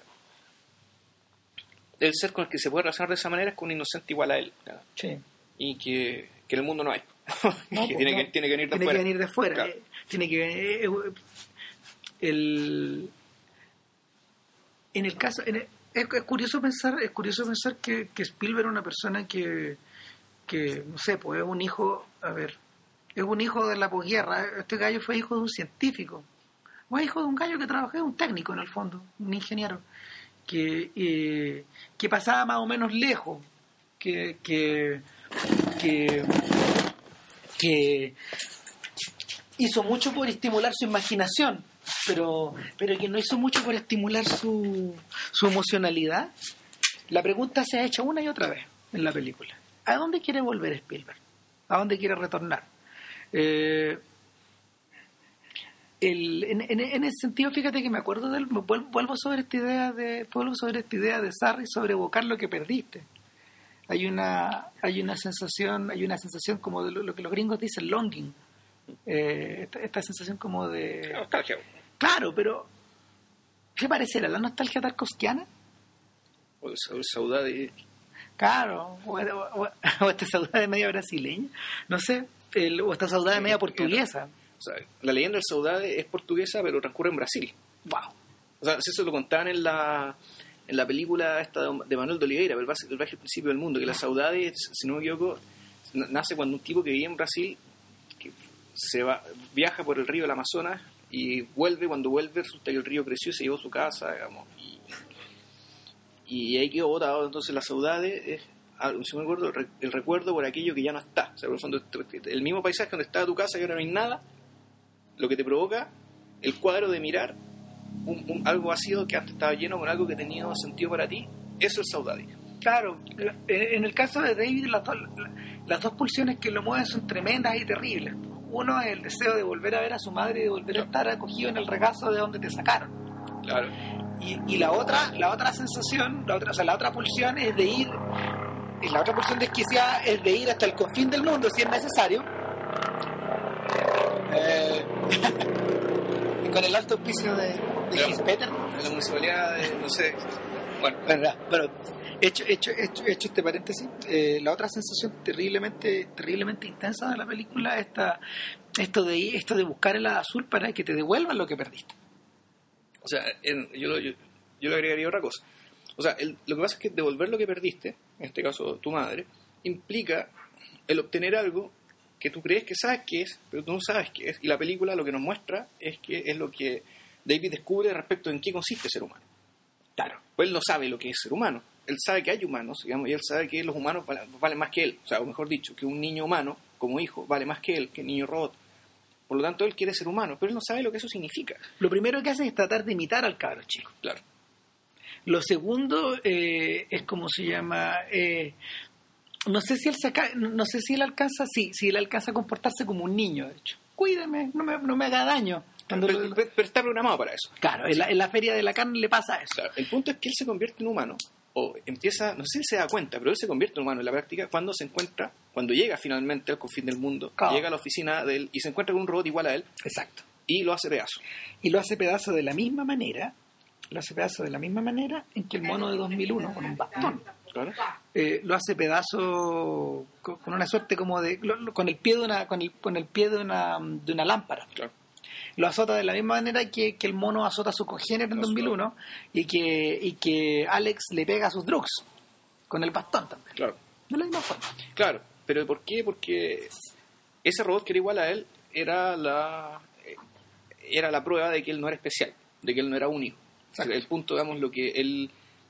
El ser con el que se puede relacionar de esa manera es con un inocente igual a él. ¿No? Sí. Y que, que en el mundo no hay. No, que pues, tiene, no. que, tiene que venir de tiene fuera. Que venir de fuera. Claro. Eh, tiene que venir. Eh, el, en el caso. En el, es, es curioso pensar es curioso pensar que, que Spielberg es una persona que, que, no sé, pues es un hijo. A ver, es un hijo de la posguerra. Este gallo fue hijo de un científico. o es hijo de un gallo que trabajaba, un técnico en el fondo, un ingeniero, que, eh, que pasaba más o menos lejos, que, que, que, que hizo mucho por estimular su imaginación, pero, pero que no hizo mucho por estimular su, su emocionalidad. La pregunta se ha hecho una y otra vez en la película. ¿A dónde quiere volver Spielberg? ¿A dónde quiere retornar? Eh, el, en, en, en ese sentido, fíjate que me acuerdo de él, vuelvo, vuelvo sobre esta idea de vuelvo sobre esta idea de Sarri sobre evocar lo que perdiste. Hay una hay una sensación hay una sensación como de lo, lo que los gringos dicen longing, eh, esta, esta sensación como de nostalgia. Claro, pero ¿qué pareciera? ¿La nostalgia tarkovskiana? O el, el saudade. Claro, o, o, o esta saudade media brasileña, no sé, el, o esta saudade media portuguesa. O sea, la leyenda del saudade es portuguesa, pero transcurre en Brasil. Wow. O sea, eso lo contaban en la en la película esta de Manuel de Oliveira, el viaje, el viaje al principio del mundo, que la saudade, si no me equivoco, nace cuando un tipo que vivía en Brasil que se va viaja por el río del Amazonas y vuelve, cuando vuelve resulta que el río creció y se llevó su casa, digamos, y y ahí quedó botado. Entonces la saudade es, si me acuerdo, el recuerdo por aquello que ya no está. O sea, por el fondo, el mismo paisaje donde estaba tu casa y ahora no hay nada, lo que te provoca el cuadro de mirar un, un, algo vacío que antes estaba lleno con algo que tenía sentido para ti, eso es saudade. Claro, en el caso de David, las dos, las dos pulsiones que lo mueven son tremendas y terribles. Uno es el deseo de volver a ver a su madre y de volver a estar acogido en el regazo de donde te sacaron. Claro. Y, y la otra la otra sensación, la otra, o sea, la otra pulsión es de ir, y la otra pulsión desquiciada es de ir hasta el confín del mundo si es necesario. Eh, y con el alto auspicio de, de Gispeter. En la municipalidad de, no sé. Bueno, verdad, pero hecho, hecho, hecho, hecho este paréntesis, eh, la otra sensación terriblemente, terriblemente intensa de la película es esta, esto de esto de buscar el azul para que te devuelvan lo que perdiste. O sea, en, yo, lo, yo, yo le agregaría otra cosa. O sea, el, lo que pasa es que devolver lo que perdiste, en este caso tu madre, implica el obtener algo que tú crees que sabes qué es, pero tú no sabes qué es. Y la película lo que nos muestra es que es lo que David descubre respecto en qué consiste ser humano. Claro, pues él no sabe lo que es ser humano. Él sabe que hay humanos, digamos, y él sabe que los humanos valen, valen más que él. O sea, o mejor dicho, que un niño humano, como hijo, vale más que él, que un niño robot. Por lo tanto, él quiere ser humano, pero él no sabe lo que eso significa. Lo primero que hace es tratar de imitar al cabro chico. Claro. Lo segundo eh, es como se llama... Eh, no sé si él saca, no sé si él alcanza, sí, si él alcanza a comportarse como un niño, de hecho. Cuídeme, no me, no me haga daño. Pero, lo, pero, pero está programado para eso. Claro, en la, en la feria de la carne le pasa eso. Claro, el punto es que él se convierte en humano, o empieza, no sé si se da cuenta, pero él se convierte en humano en la práctica cuando se encuentra, cuando llega finalmente al confín del mundo, claro. Llega a la oficina de él y se encuentra con un robot igual a él. Exacto. Y lo hace pedazo. Y lo hace pedazo de la misma manera, lo hace pedazo de la misma manera en que el mono de dos mil uno, con un bastón. Claro. Eh, lo hace pedazo con, con una suerte como de, lo, con el pie de una, con el, con el pie de una, de una lámpara. Claro. Lo azota de la misma manera que, que el mono azota a su congénero en dos mil uno y que, y que Alex le pega a sus drugs con el bastón también. Claro. De la misma forma. Claro, pero ¿por qué? Porque ese robot que era igual a él era la era la prueba de que él no era especial, de que él no era único. O sea, el punto, digamos, lo que él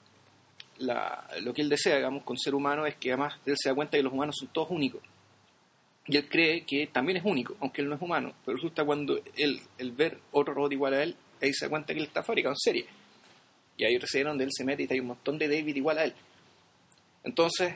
la, lo que él desea, digamos, con ser humano es que además él se da cuenta que los humanos son todos únicos. Y él cree que también es único, aunque él no es humano. Pero resulta cuando él, el ver otro robot igual a él, ahí se da cuenta que él está fabricado en serie. Y hay otra escena donde él se mete y hay un montón de David igual a él. Entonces,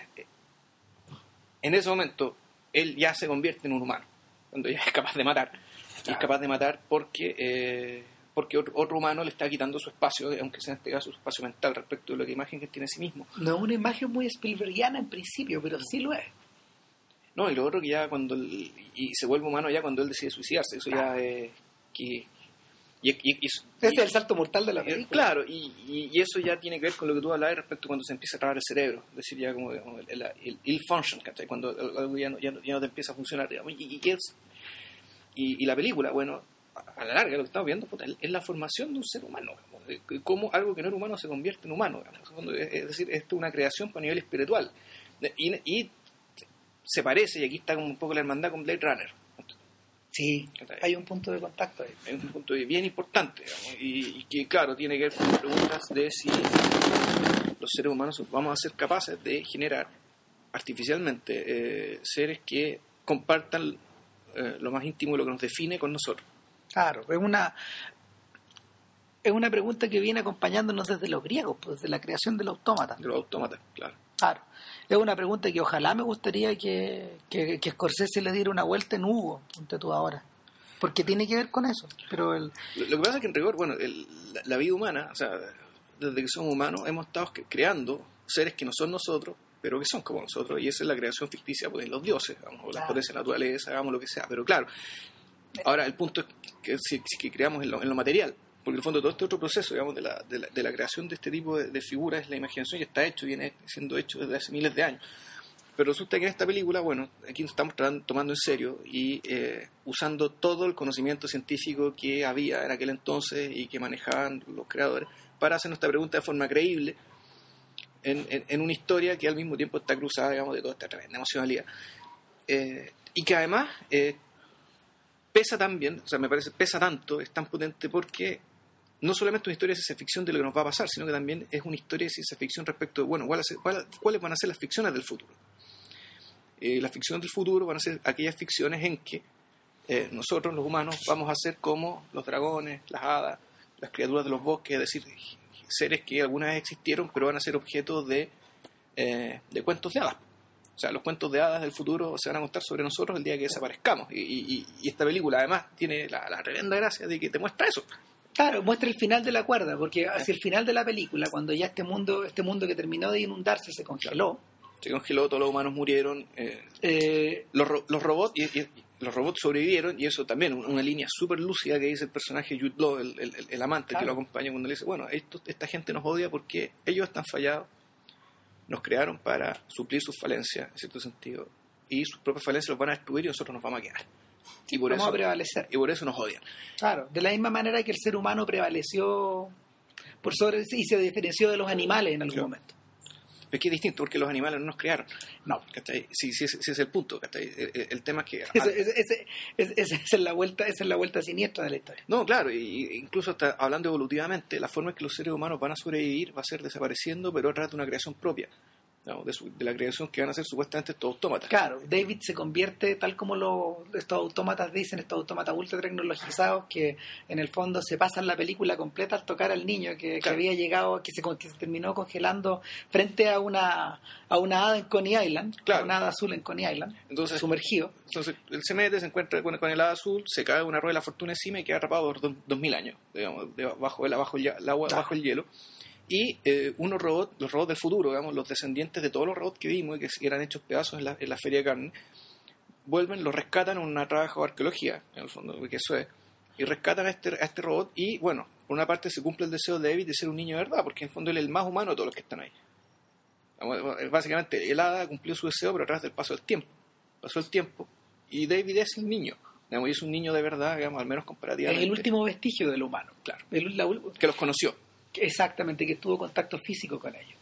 en ese momento, él ya se convierte en un humano. Cuando ya es capaz de matar. Y es capaz de matar porque, eh, porque otro, otro humano le está quitando su espacio, aunque sea en este caso su espacio mental respecto de la imagen que tiene de sí mismo. No es una imagen muy Spielbergiana en principio, pero sí lo es. No, y lo otro que ya cuando él, y se vuelve humano ya cuando él decide suicidarse, eso claro. Ya es que y, y, y, ese es el salto mortal de la película. Claro, y, y, y eso ya tiene que ver con lo que tú hablabas respecto a cuando se empieza a trabar el cerebro, es decir, ya como, como el, el, el ill function, ¿cachai? Cuando algo ya no, ya, no, ya no te empieza a funcionar, digamos, y, y, y, es, y, y la película, bueno, a la larga lo que estamos viendo puta, es la formación de un ser humano, digamos, cómo algo que no era humano se convierte en humano, digamos, es decir, esto es una creación a nivel espiritual, y, y se parece, y aquí está como un poco la hermandad con Blade Runner. Sí, hay un punto de contacto ahí. Hay un punto bien importante, digamos, y, y que, claro, tiene que ver con preguntas de si los seres humanos vamos a ser capaces de generar artificialmente eh, seres que compartan eh, lo más íntimo de lo que nos define con nosotros. Claro, es una es una pregunta que viene acompañándonos desde los griegos, pues, desde la creación del autómata. De los autómatas, claro. Claro. Es una pregunta que ojalá me gustaría que, que, que Scorsese le diera una vuelta en Hugo, ponte tú ahora. Porque tiene que ver con eso. Pero el... lo, lo que pasa es que en rigor, bueno, el, la, la vida humana, o sea, desde que somos humanos, hemos estado creando seres que no son nosotros, pero que son como nosotros, y esa es la creación ficticia, pues, de los dioses, digamos, o las Claro. potencias de la naturaleza, hagamos lo que sea. Pero claro, ahora el punto es que si, si que creamos en lo, en lo material, porque en el fondo todo este otro proceso, digamos, de la, de la, de la creación de este tipo de, de figuras, la imaginación ya está hecho, viene siendo hecho desde hace miles de años. Pero resulta que en esta película, bueno, aquí nos estamos tratando, tomando en serio y eh, usando todo el conocimiento científico que había en aquel entonces y que manejaban los creadores para hacernos esta pregunta de forma creíble en, en, en una historia que al mismo tiempo está cruzada, digamos, de toda esta tremenda emocionalidad. Eh, y que además eh, pesa también, o sea, me parece, pesa tanto, es tan potente porque no solamente una historia de ciencia ficción de lo que nos va a pasar, sino que también es una historia de ciencia ficción respecto de, bueno, ¿cuáles, cuáles van a ser las ficciones del futuro? Eh, las ficciones del futuro van a ser aquellas ficciones en que eh, nosotros, los humanos, vamos a ser como los dragones, las hadas, las criaturas de los bosques, es decir, seres que alguna vez existieron, pero van a ser objeto de, eh, de cuentos de hadas. O sea, los cuentos de hadas del futuro se van a contar sobre nosotros el día que desaparezcamos. Y, y, y esta película, además, tiene la, la tremenda gracia de que te muestra eso. Claro, muestra el final de la cuerda, porque hacia el final de la película, cuando ya este mundo este mundo que terminó de inundarse se congeló, se congeló, todos los humanos murieron, eh, eh, los, ro- los robots y, y- y los robots sobrevivieron, y eso también, una, una línea súper lúcida que dice el personaje Jude Law, el, el, el amante Claro. que lo acompaña cuando le dice, bueno, esto, esta gente nos odia porque ellos están fallados, nos crearon para suplir sus falencias, en cierto sentido, y sus propias falencias los van a destruir y nosotros nos vamos a quedar. Y por vamos eso, a prevalecer. y por eso nos odian. Claro, de la misma manera que el ser humano prevaleció por sobre y se diferenció de los animales en algún Claro. momento. Pero es que es distinto porque los animales no nos crearon. No. ¿Cachai? Sí, sí, ese ese es el punto. ¿Cachai? El, el- el tema es que... Ese- ese- ese- ese- esa es la vuelta, esa es la vuelta siniestra de la historia. No, claro, y, y incluso hasta hablando evolutivamente, la forma en que los seres humanos van a sobrevivir va a ser desapareciendo, pero a través de una creación propia, ¿no? de, su- de la creación que van a ser supuestamente estos autómatas. Claro, David se convierte, tal como lo, estos autómatas dicen, estos autómatas ultra tecnologizados, que en el fondo se pasan la película completa al tocar al niño que, que Claro. había llegado, que se, con- que se terminó congelando frente a una a una hada en Coney Island, Claro. una hada azul en Coney Island, Entonces, sumergido. entonces él se mete, se encuentra con, con el hada azul, se cae una rueda de la fortuna encima y queda atrapado por dos, dos mil años, digamos, de- bajo, el, bajo, el, el agua, Claro. bajo el hielo. Y eh, unos robots, los robots del futuro, digamos, los descendientes de todos los robots que vimos y que eran hechos pedazos en la, en la feria de carne, vuelven, los rescatan en una trabajo de arqueología, en el fondo, que eso es, y rescatan a este, a este robot y, bueno, por una parte se cumple el deseo de David de ser un niño de verdad, porque en el fondo él es el más humano de todos los que están ahí. Básicamente, el hada cumplió su deseo, pero a través del paso del tiempo. Pasó el tiempo y David es el niño. Digamos, y es un niño de verdad, digamos, al menos Es comparativamente. el último vestigio del humano. Claro. El- la ul- Que los conoció. exactamente, que tuvo contacto físico con ellos.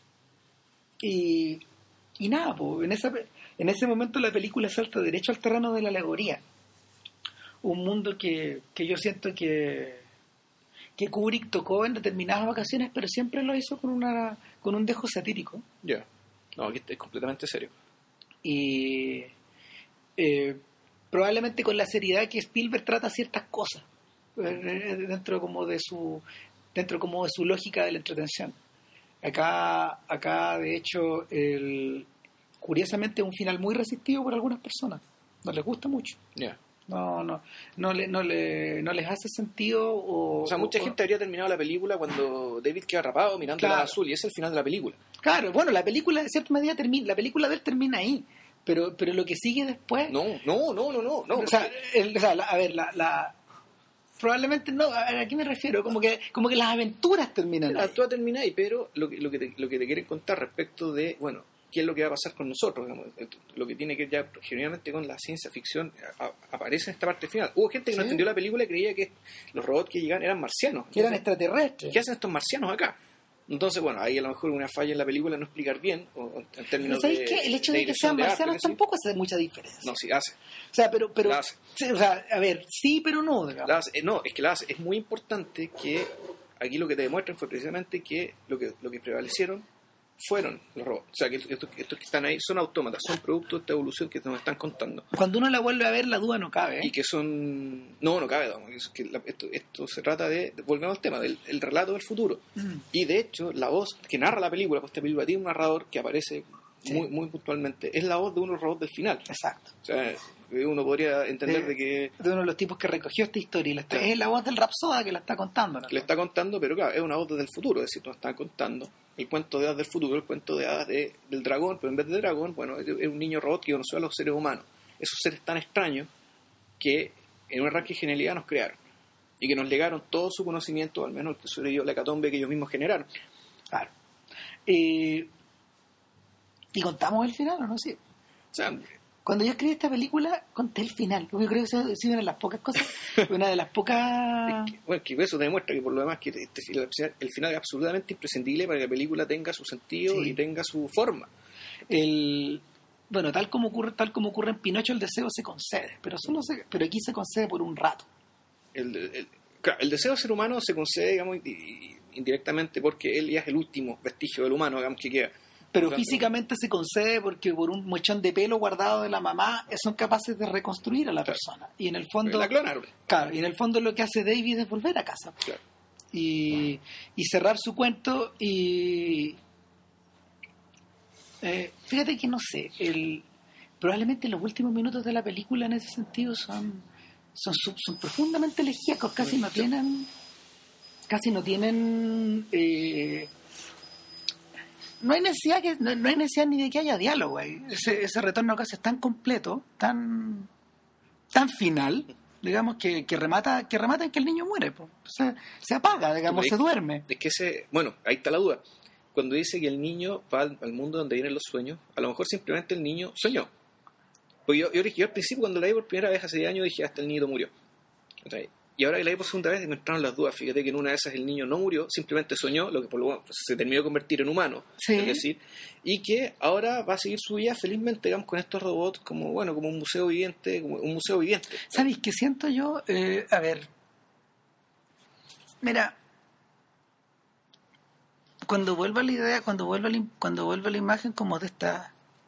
Y, y nada, pues, en, esa, en ese momento la película salta derecho al terreno de la alegoría. Un mundo que, que yo siento que, que Kubrick tocó en determinadas ocasiones, pero siempre lo hizo con, una, con un dejo satírico. Ya. No, aquí es completamente serio. Y eh, probablemente con la seriedad que Spielberg trata ciertas cosas eh, dentro como de su dentro como de su lógica de la entretención. Acá acá de hecho el, curiosamente es un final muy resistido por algunas personas, no les gusta mucho, Ya. no no no le, no le no les hace sentido o, O sea, mucha o- gente habría terminado la película cuando David queda atrapado mirando Claro. el hada azul y ese es el final de la película. claro, bueno, la película de cierta medida termina, la película de él termina ahí, pero pero lo que sigue después No, no, no, no, no. no o sea, el- o sea, la- a ver, la, la- probablemente no, a ver, ¿a qué me refiero? Como que, como que las aventuras terminan ahí. Tú terminas ahí, pero lo que, lo, que te, lo que te quieren contar respecto de, bueno, qué es lo que va a pasar con nosotros, digamos, lo que tiene que ver ya generalmente con la ciencia ficción, a- a- aparece en esta parte final. Hubo gente que no Sí. entendió la película y creía que los robots que llegaban eran marcianos. Que eran Entonces, extraterrestres. ¿qué hacen estos marcianos acá? Entonces, bueno, ahí a lo mejor una falla en la película no explicar bien, o en términos ¿Sabéis de... qué? El hecho de, de que dirección sean de arte, marcianos que sí. tampoco hace mucha diferencia. No, sí, hace. O sea, pero... pero La hace. sí, o sea, a ver, sí, pero no, digamos. La hace. Eh, no, es que la hace. Es muy importante que aquí lo que te demuestran fue precisamente que lo que, lo que prevalecieron fueron los robots. O sea, que estos, estos que están ahí son autómatas, son productos de esta evolución que nos están contando. Cuando uno la vuelve a ver, la duda no cabe. ¿eh? Y que son... No, no cabe, digamos, es que la- esto, esto se trata de... de- Volvemos al tema, del el relato del futuro. Mm. Y de hecho, la voz que narra la película, pues esta película tiene un narrador que aparece Sí. muy, muy puntualmente. Es la voz de uno de los robots del final. Exacto. O sea, uno podría entender De- de que... De uno de los tipos que recogió esta historia. Y la está- Claro. Es la voz del Rapsoda que la está contando. ¿no? le está contando, pero claro, es una voz desde el futuro, es decir, nos está contando el cuento de hadas del futuro, el cuento de hadas de, del dragón, pero en vez de dragón, bueno, es es un niño robot que conoció a los seres humanos, esos seres tan extraños que en un arranque de genialidad nos crearon y que nos legaron todo su conocimiento, al menos el que sobrevivió la hecatombe que ellos mismos generaron. Claro. Eh, y contamos el final, ¿o no? Sí. O sea, Cuando yo escribí esta película, conté el final. Porque yo creo que esa es una de las pocas cosas, una de las pocas... bueno, que eso demuestra que por lo demás que este- el el final es absolutamente imprescindible para que la película tenga su sentido Sí. y tenga su forma. El, bueno, tal como ocurre, tal como ocurre en Pinocho, el deseo se concede, pero solo se, pero aquí se concede por un rato. El, el- claro, el deseo ser humano se concede, digamos, y- y- indirectamente porque él ya es el último vestigio del humano, digamos, que queda. Pero Claro. físicamente se concede porque por un mochón de pelo guardado de la mamá son capaces de reconstruir a la Claro. persona. Y en el fondo, La clonaron. claro, y en el fondo lo que hace David es volver a casa. Claro. Y, y cerrar su cuento y eh, fíjate que no sé, el, probablemente los últimos minutos de la película en ese sentido son son, son, son profundamente elegíacos, casi no tienen casi no tienen eh, no hay necesidad que no, no hay necesidad ni de que haya diálogo ahí. Ese, ese retorno casi es tan completo, tan tan final, digamos, que, que remata que remata en que el niño muere, po. Se, se apaga, digamos, ¿Tú se crees? duerme. Es que ese, bueno, ahí está la duda. Cuando dice que el niño va al, al mundo donde vienen los sueños, a lo mejor simplemente el niño soñó. Pues yo, yo, yo al principio cuando la vi por primera vez hace diez años dije, hasta el niño murió. ¿Cachai? Y ahora que la vi por segunda vez me entraron las dudas. Fíjate que en una de esas el niño no murió, simplemente soñó, lo que por lo menos se terminó de convertir en humano, Sí. es decir, y que ahora va a seguir su vida felizmente, digamos, con estos robots como, bueno, como un museo viviente, como un museo viviente. ¿Sabéis qué siento yo? Eh, a ver, mira, cuando vuelvo a la idea, cuando vuelvo a la, im- cuando vuelvo a la imagen como de esta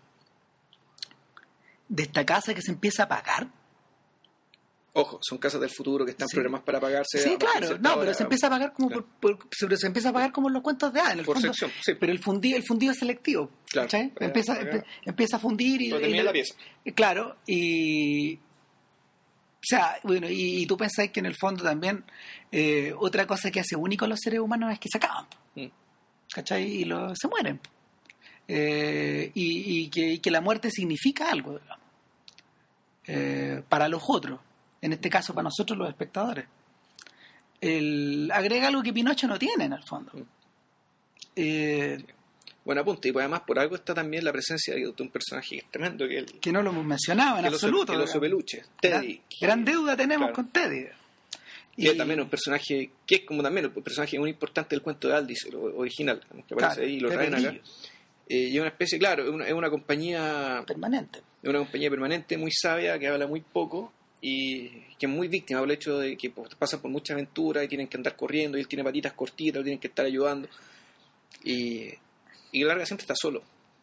de esta casa que se empieza a apagar. Ojo, son casas del futuro que están Sí. programadas para apagarse. Sí, a partir de claro, cierta no, hora. pero se empieza a apagar como Claro. por, por- pero se empieza a apagar como en los cuentos de hadas, en el Por fondo. sección, sí. Pero el fundido, el fundido es selectivo, Claro. ¿cachai? Para- Empieza, para- empe- empieza a fundir y, Pero termina y- la pieza. y claro, y o sea, bueno, y, y tú pensáis que en el fondo también eh, otra cosa que hace único a los seres humanos es que se acaban, Mm. ¿cachai? Y lo, se mueren. Eh, y, y que, y que la muerte significa algo, digamos, eh, para los otros, en este caso para nosotros los espectadores. El, agrega algo que Pinocho no tiene en el fondo. Mm. Eh, Buen apunte. Y pues además por algo está también la presencia de un personaje que es tremendo, que es el, que no lo hemos mencionado en que el oso- absoluto. el oso digamos. peluche, Gran, Teddy. que- gran deuda tenemos claro. con Teddy. que es también un personaje que es como también un personaje muy importante del cuento de Aldis, el o- original, que aparece Claro, ahí y lo Pepe traen acá. Grillo, Eh, y es una especie, claro, es una, es una compañía permanente. es una compañía permanente, muy sabia, que habla muy poco y que es muy víctima del hecho de que pues, pasan por mucha aventura y tienen que andar corriendo y él tiene patitas cortitas, lo tienen que estar ayudando y, y larga siempre está solo.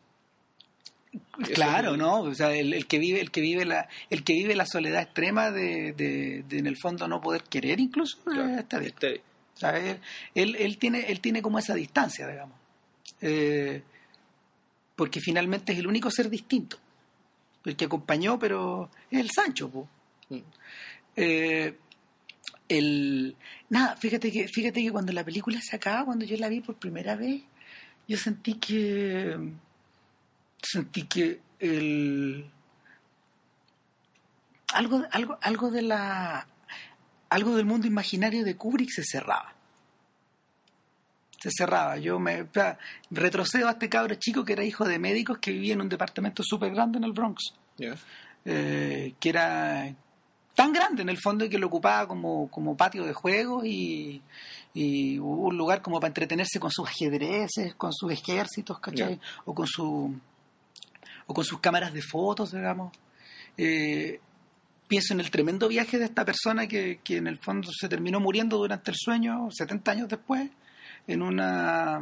Y eso Claro, es- ¿no? O sea, el, el que vive, el que vive la, el que vive la soledad extrema de, de, de, en el fondo no poder querer incluso Claro, eh, está bien. este, O sea, él, él, él tiene, él tiene como esa distancia, digamos. Eh, porque finalmente es el único ser distinto. El que acompañó, pero es el Sancho, po. mm, Eh, el nada, fíjate que, fíjate que cuando la película se acaba, cuando yo la vi por primera vez, yo sentí que sentí que el algo, algo, algo de la algo del mundo imaginario de Kubrick se cerraba. Se cerraba. Yo me o sea, retrocedo a este cabro chico que era hijo de médicos que vivía en un departamento súper grande en el Bronx. ya. Eh, que era tan grande en el fondo y que lo ocupaba como, como patio de juegos y, y un lugar como para entretenerse con sus ajedrezes, con sus ejércitos, ¿cachai? Yeah. O con su o con sus cámaras de fotos, digamos. Eh, pienso en el tremendo viaje de esta persona que, que en el fondo se terminó muriendo durante el sueño setenta años después en una,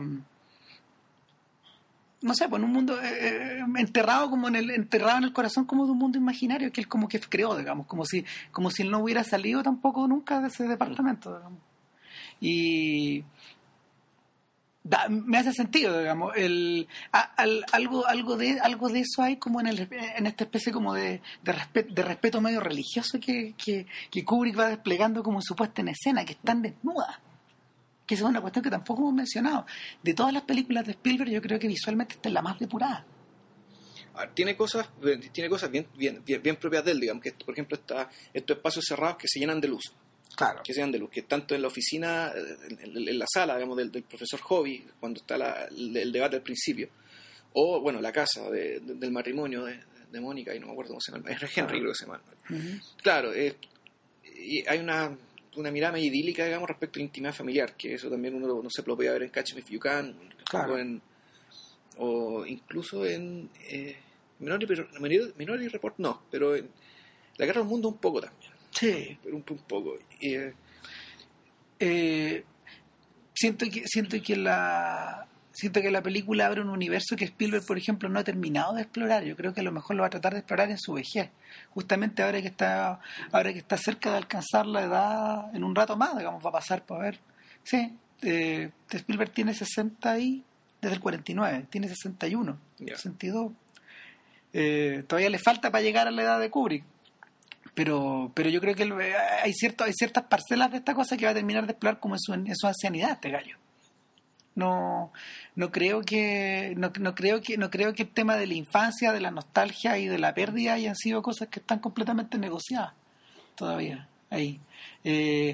no sé, pues en un mundo eh, enterrado como en el enterrado en el corazón como de un mundo imaginario que él como que creó, digamos, como si como si él no hubiera salido tampoco nunca de ese departamento, digamos. Y da, me hace sentido, digamos, el a, al, algo algo de algo de eso hay como en el en esta especie como de de, respeto, de respeto medio religioso que, que que Kubrick va desplegando como su puesta en escena, que es tan desnuda, que esa es una cuestión que tampoco hemos mencionado. De todas las películas de Spielberg, yo creo que visualmente esta es la más depurada. A ver, tiene cosas tiene cosas bien bien bien, bien propias de él, digamos, que por ejemplo está estos espacios cerrados que se llenan de luz. Claro. Que sean de luz, que tanto en la oficina, en, en la sala, digamos, del, del profesor Hobby, cuando está la, el, el debate al principio, o, bueno, la casa de, de, del matrimonio de, de Mónica, y no me acuerdo cómo se llama, es Henry, claro. Creo que se llama. Uh-huh. Claro, eh, y hay una, una mirada medio idílica, digamos, respecto a la intimidad familiar, que eso también uno no se lo podía ver en Catch Me If You Can, claro. o, en, o incluso en eh, Minority, Minority Report, no, pero en La Guerra del Mundo un poco también. Sí, pero un, un poco. Eh, eh, siento que siento que la siento que la película abre un universo que Spielberg, por ejemplo, no ha terminado de explorar. Yo creo que a lo mejor lo va a tratar de explorar en su vejez, justamente ahora que está ahora que está cerca de alcanzar la edad, en un rato más, digamos, va a pasar por ver. Sí, eh, Spielberg tiene sesenta y desde el cuarenta y nueve, tiene sesenta y uno, yeah. sesenta y dos. Eh, todavía le falta para llegar a la edad de Kubrick. Pero pero yo creo que hay cierto, hay ciertas parcelas de esta cosa que va a terminar de explorar como en su, en su ancianidad este gallo. No no creo que no, no creo que no creo que el tema de la infancia, de la nostalgia y de la pérdida hayan sido cosas que están completamente negociadas todavía ahí. Eh,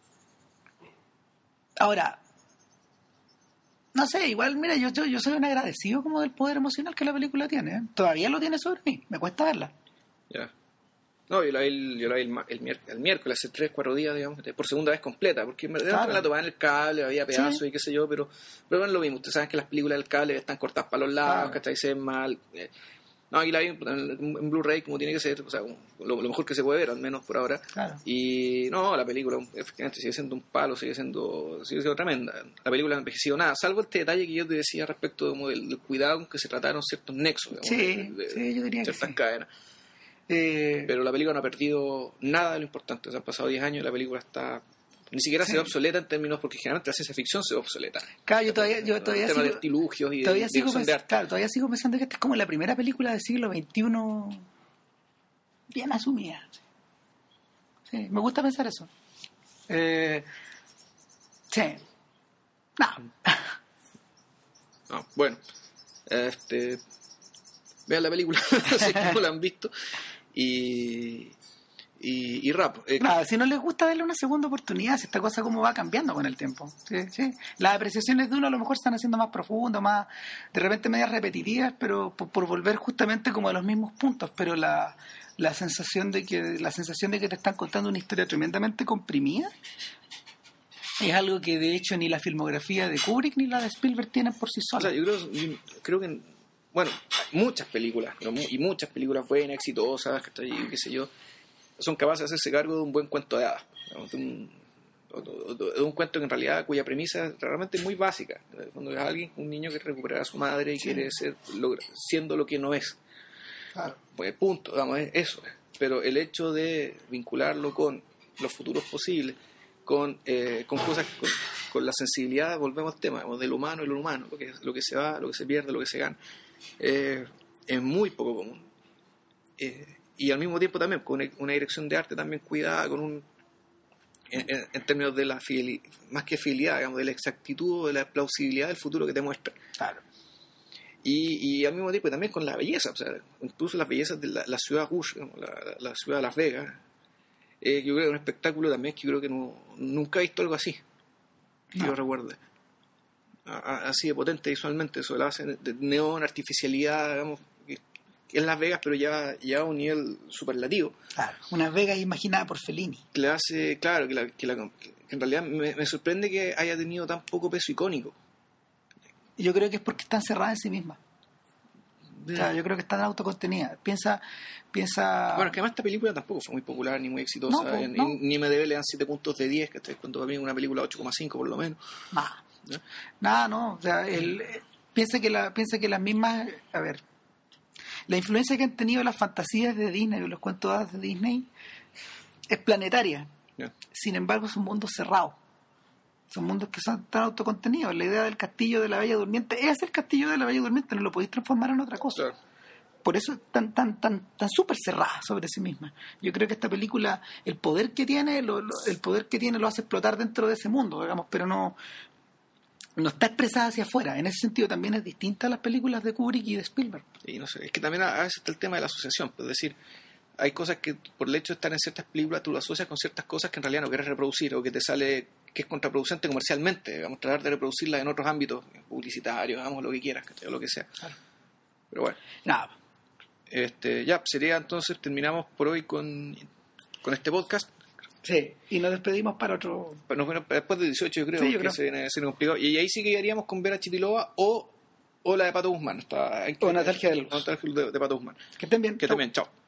ahora, no sé, igual mira, yo, yo yo soy un agradecido como del poder emocional que la película tiene, ¿eh? Todavía lo tiene sobre mí, me cuesta verla. Ya. Yeah. No, yo la vi, yo la vi el, el, miércoles, el miércoles, hace tres, cuatro días, digamos, por segunda vez completa, porque me, claro. me la tomaba en el cable, había pedazos, sí. y qué sé yo, pero pero bueno, lo mismo. Ustedes saben que las películas del cable están cortadas para los lados, claro. que se ven mal. Eh, no, aquí la vi en, en Blu-ray como tiene que ser, o sea, lo, lo mejor que se puede ver, al menos por ahora. Claro. Y no, la película efectivamente sigue siendo un palo, sigue siendo sigue siendo tremenda. La película no ha envejecido nada, salvo este detalle que yo te decía respecto como del, del cuidado con que se trataron ciertos nexos, digamos, sí, de, de, sí, yo diría ciertas que sí. cadenas. Eh, pero la película no ha perdido nada de lo importante. O sea, han pasado diez años y la película está ni siquiera sí. se ve obsoleta en términos, porque generalmente la ciencia ficción se ve obsoleta. Claro, yo todavía, yo todavía en sigo, de artilugios y todavía de, sigo de pens- de arte. Claro, todavía sigo pensando que esta es como la primera película del siglo veintiuno bien asumida. Sí, me gusta pensar eso. Eh, sí. No. no. Bueno, este, vean la película, si no la han visto. Y, y, y rap. Eh, Nada, si no les gusta, darle una segunda oportunidad, si esta cosa como va cambiando con el tiempo. Sí, sí. Las apreciaciones de uno a lo mejor están haciendo más profundas, más, de repente medias repetitivas, pero por, por volver justamente como a los mismos puntos, pero la, la sensación de que, la sensación de que te están contando una historia tremendamente comprimida es algo que de hecho ni la filmografía de Kubrick ni la de Spielberg tienen por sí solas. O sea, yo creo, yo creo que bueno, muchas películas, ¿no? Y muchas películas buenas, exitosas, que estoy, qué sé yo, son capaces de hacerse cargo de un buen cuento de hadas, ¿no? de, un, de un cuento que en realidad, cuya premisa realmente es muy básica, cuando es alguien, un niño que recupera a su madre y sí. quiere ser, logra, siendo lo que no es. Claro. Pues punto, vamos, es eso. Pero el hecho de vincularlo con los futuros posibles, con, eh, con cosas, con, con la sensibilidad, volvemos al tema, digamos, del humano y lo humano, lo que, lo que se va, lo que se pierde, lo que se gana. Eh, es muy poco común, eh, y al mismo tiempo también con una dirección de arte también cuidada, con un en, en, en términos de la fidelidad, más que fidelidad, digamos, de la exactitud, de la plausibilidad del futuro que te muestra. Claro. Y, y al mismo tiempo también con la belleza, o sea, incluso las bellezas de la, la ciudad Rouge, digamos, la, la ciudad de Las Vegas. Eh, yo creo que es un espectáculo también que yo creo que no, nunca he visto algo así, que no. yo recuerde. Así de potente visualmente, eso la base de neón, artificialidad, digamos, es Las Vegas, pero ya, ya a un nivel superlativo. Claro, una Vegas imaginada por Fellini. Que le hace, claro, que, la, que, la, que en realidad me, me sorprende que haya tenido tan poco peso icónico. Yo creo que es porque está encerrada en sí misma. O sea, yo creo que está en autocontenida. Piensa, piensa... Bueno, es que además esta película tampoco fue muy popular ni muy exitosa. No, pues, ni, no. ni M D B le dan siete puntos de diez, que está cuando para mí una película ocho coma cinco por lo menos. Nada. ¿Ya? Nada, no. O sea, el, eh, piensa que la, piensa que las mismas... A ver, la influencia que han tenido las fantasías de Disney o los cuentos de hadas de Disney es planetaria. ¿Ya? Sin embargo, son mundos cerrados. Son mundos que son tan autocontenidos. La idea del castillo de la Bella Durmiente es el castillo de la Bella Durmiente, no lo podéis transformar en otra cosa. Claro. Por eso es tan tan tan tan súper cerrada sobre sí misma. Yo creo que esta película, el poder que tiene, lo, lo, el poder que tiene lo hace explotar dentro de ese mundo, digamos, pero no no está expresada hacia afuera. En ese sentido también es distinta a las películas de Kubrick y de Spielberg. Y no sé, es que también a veces está el tema de la asociación, es decir, hay cosas que por el hecho de estar en ciertas películas tú lo asocias con ciertas cosas que en realidad no quieres reproducir o que te sale que es contraproducente comercialmente, vamos a tratar de reproducirlas en otros ámbitos publicitarios, hagamos lo que quieras, o lo que sea. Claro. Pero bueno. Nada. Este, ya, sería entonces, terminamos por hoy con, con este podcast. Sí, y nos despedimos para otro... Bueno, bueno, después del dieciocho yo creo sí, yo que creo. se viene, se viene complicado. Y ahí sí que haríamos con Vera Chitilova o, o la de Pato Guzmán. Está, o Nostalgia de Luz. Nostalgia de, de Pato Guzmán. Que estén bien. Que estén bien, chao.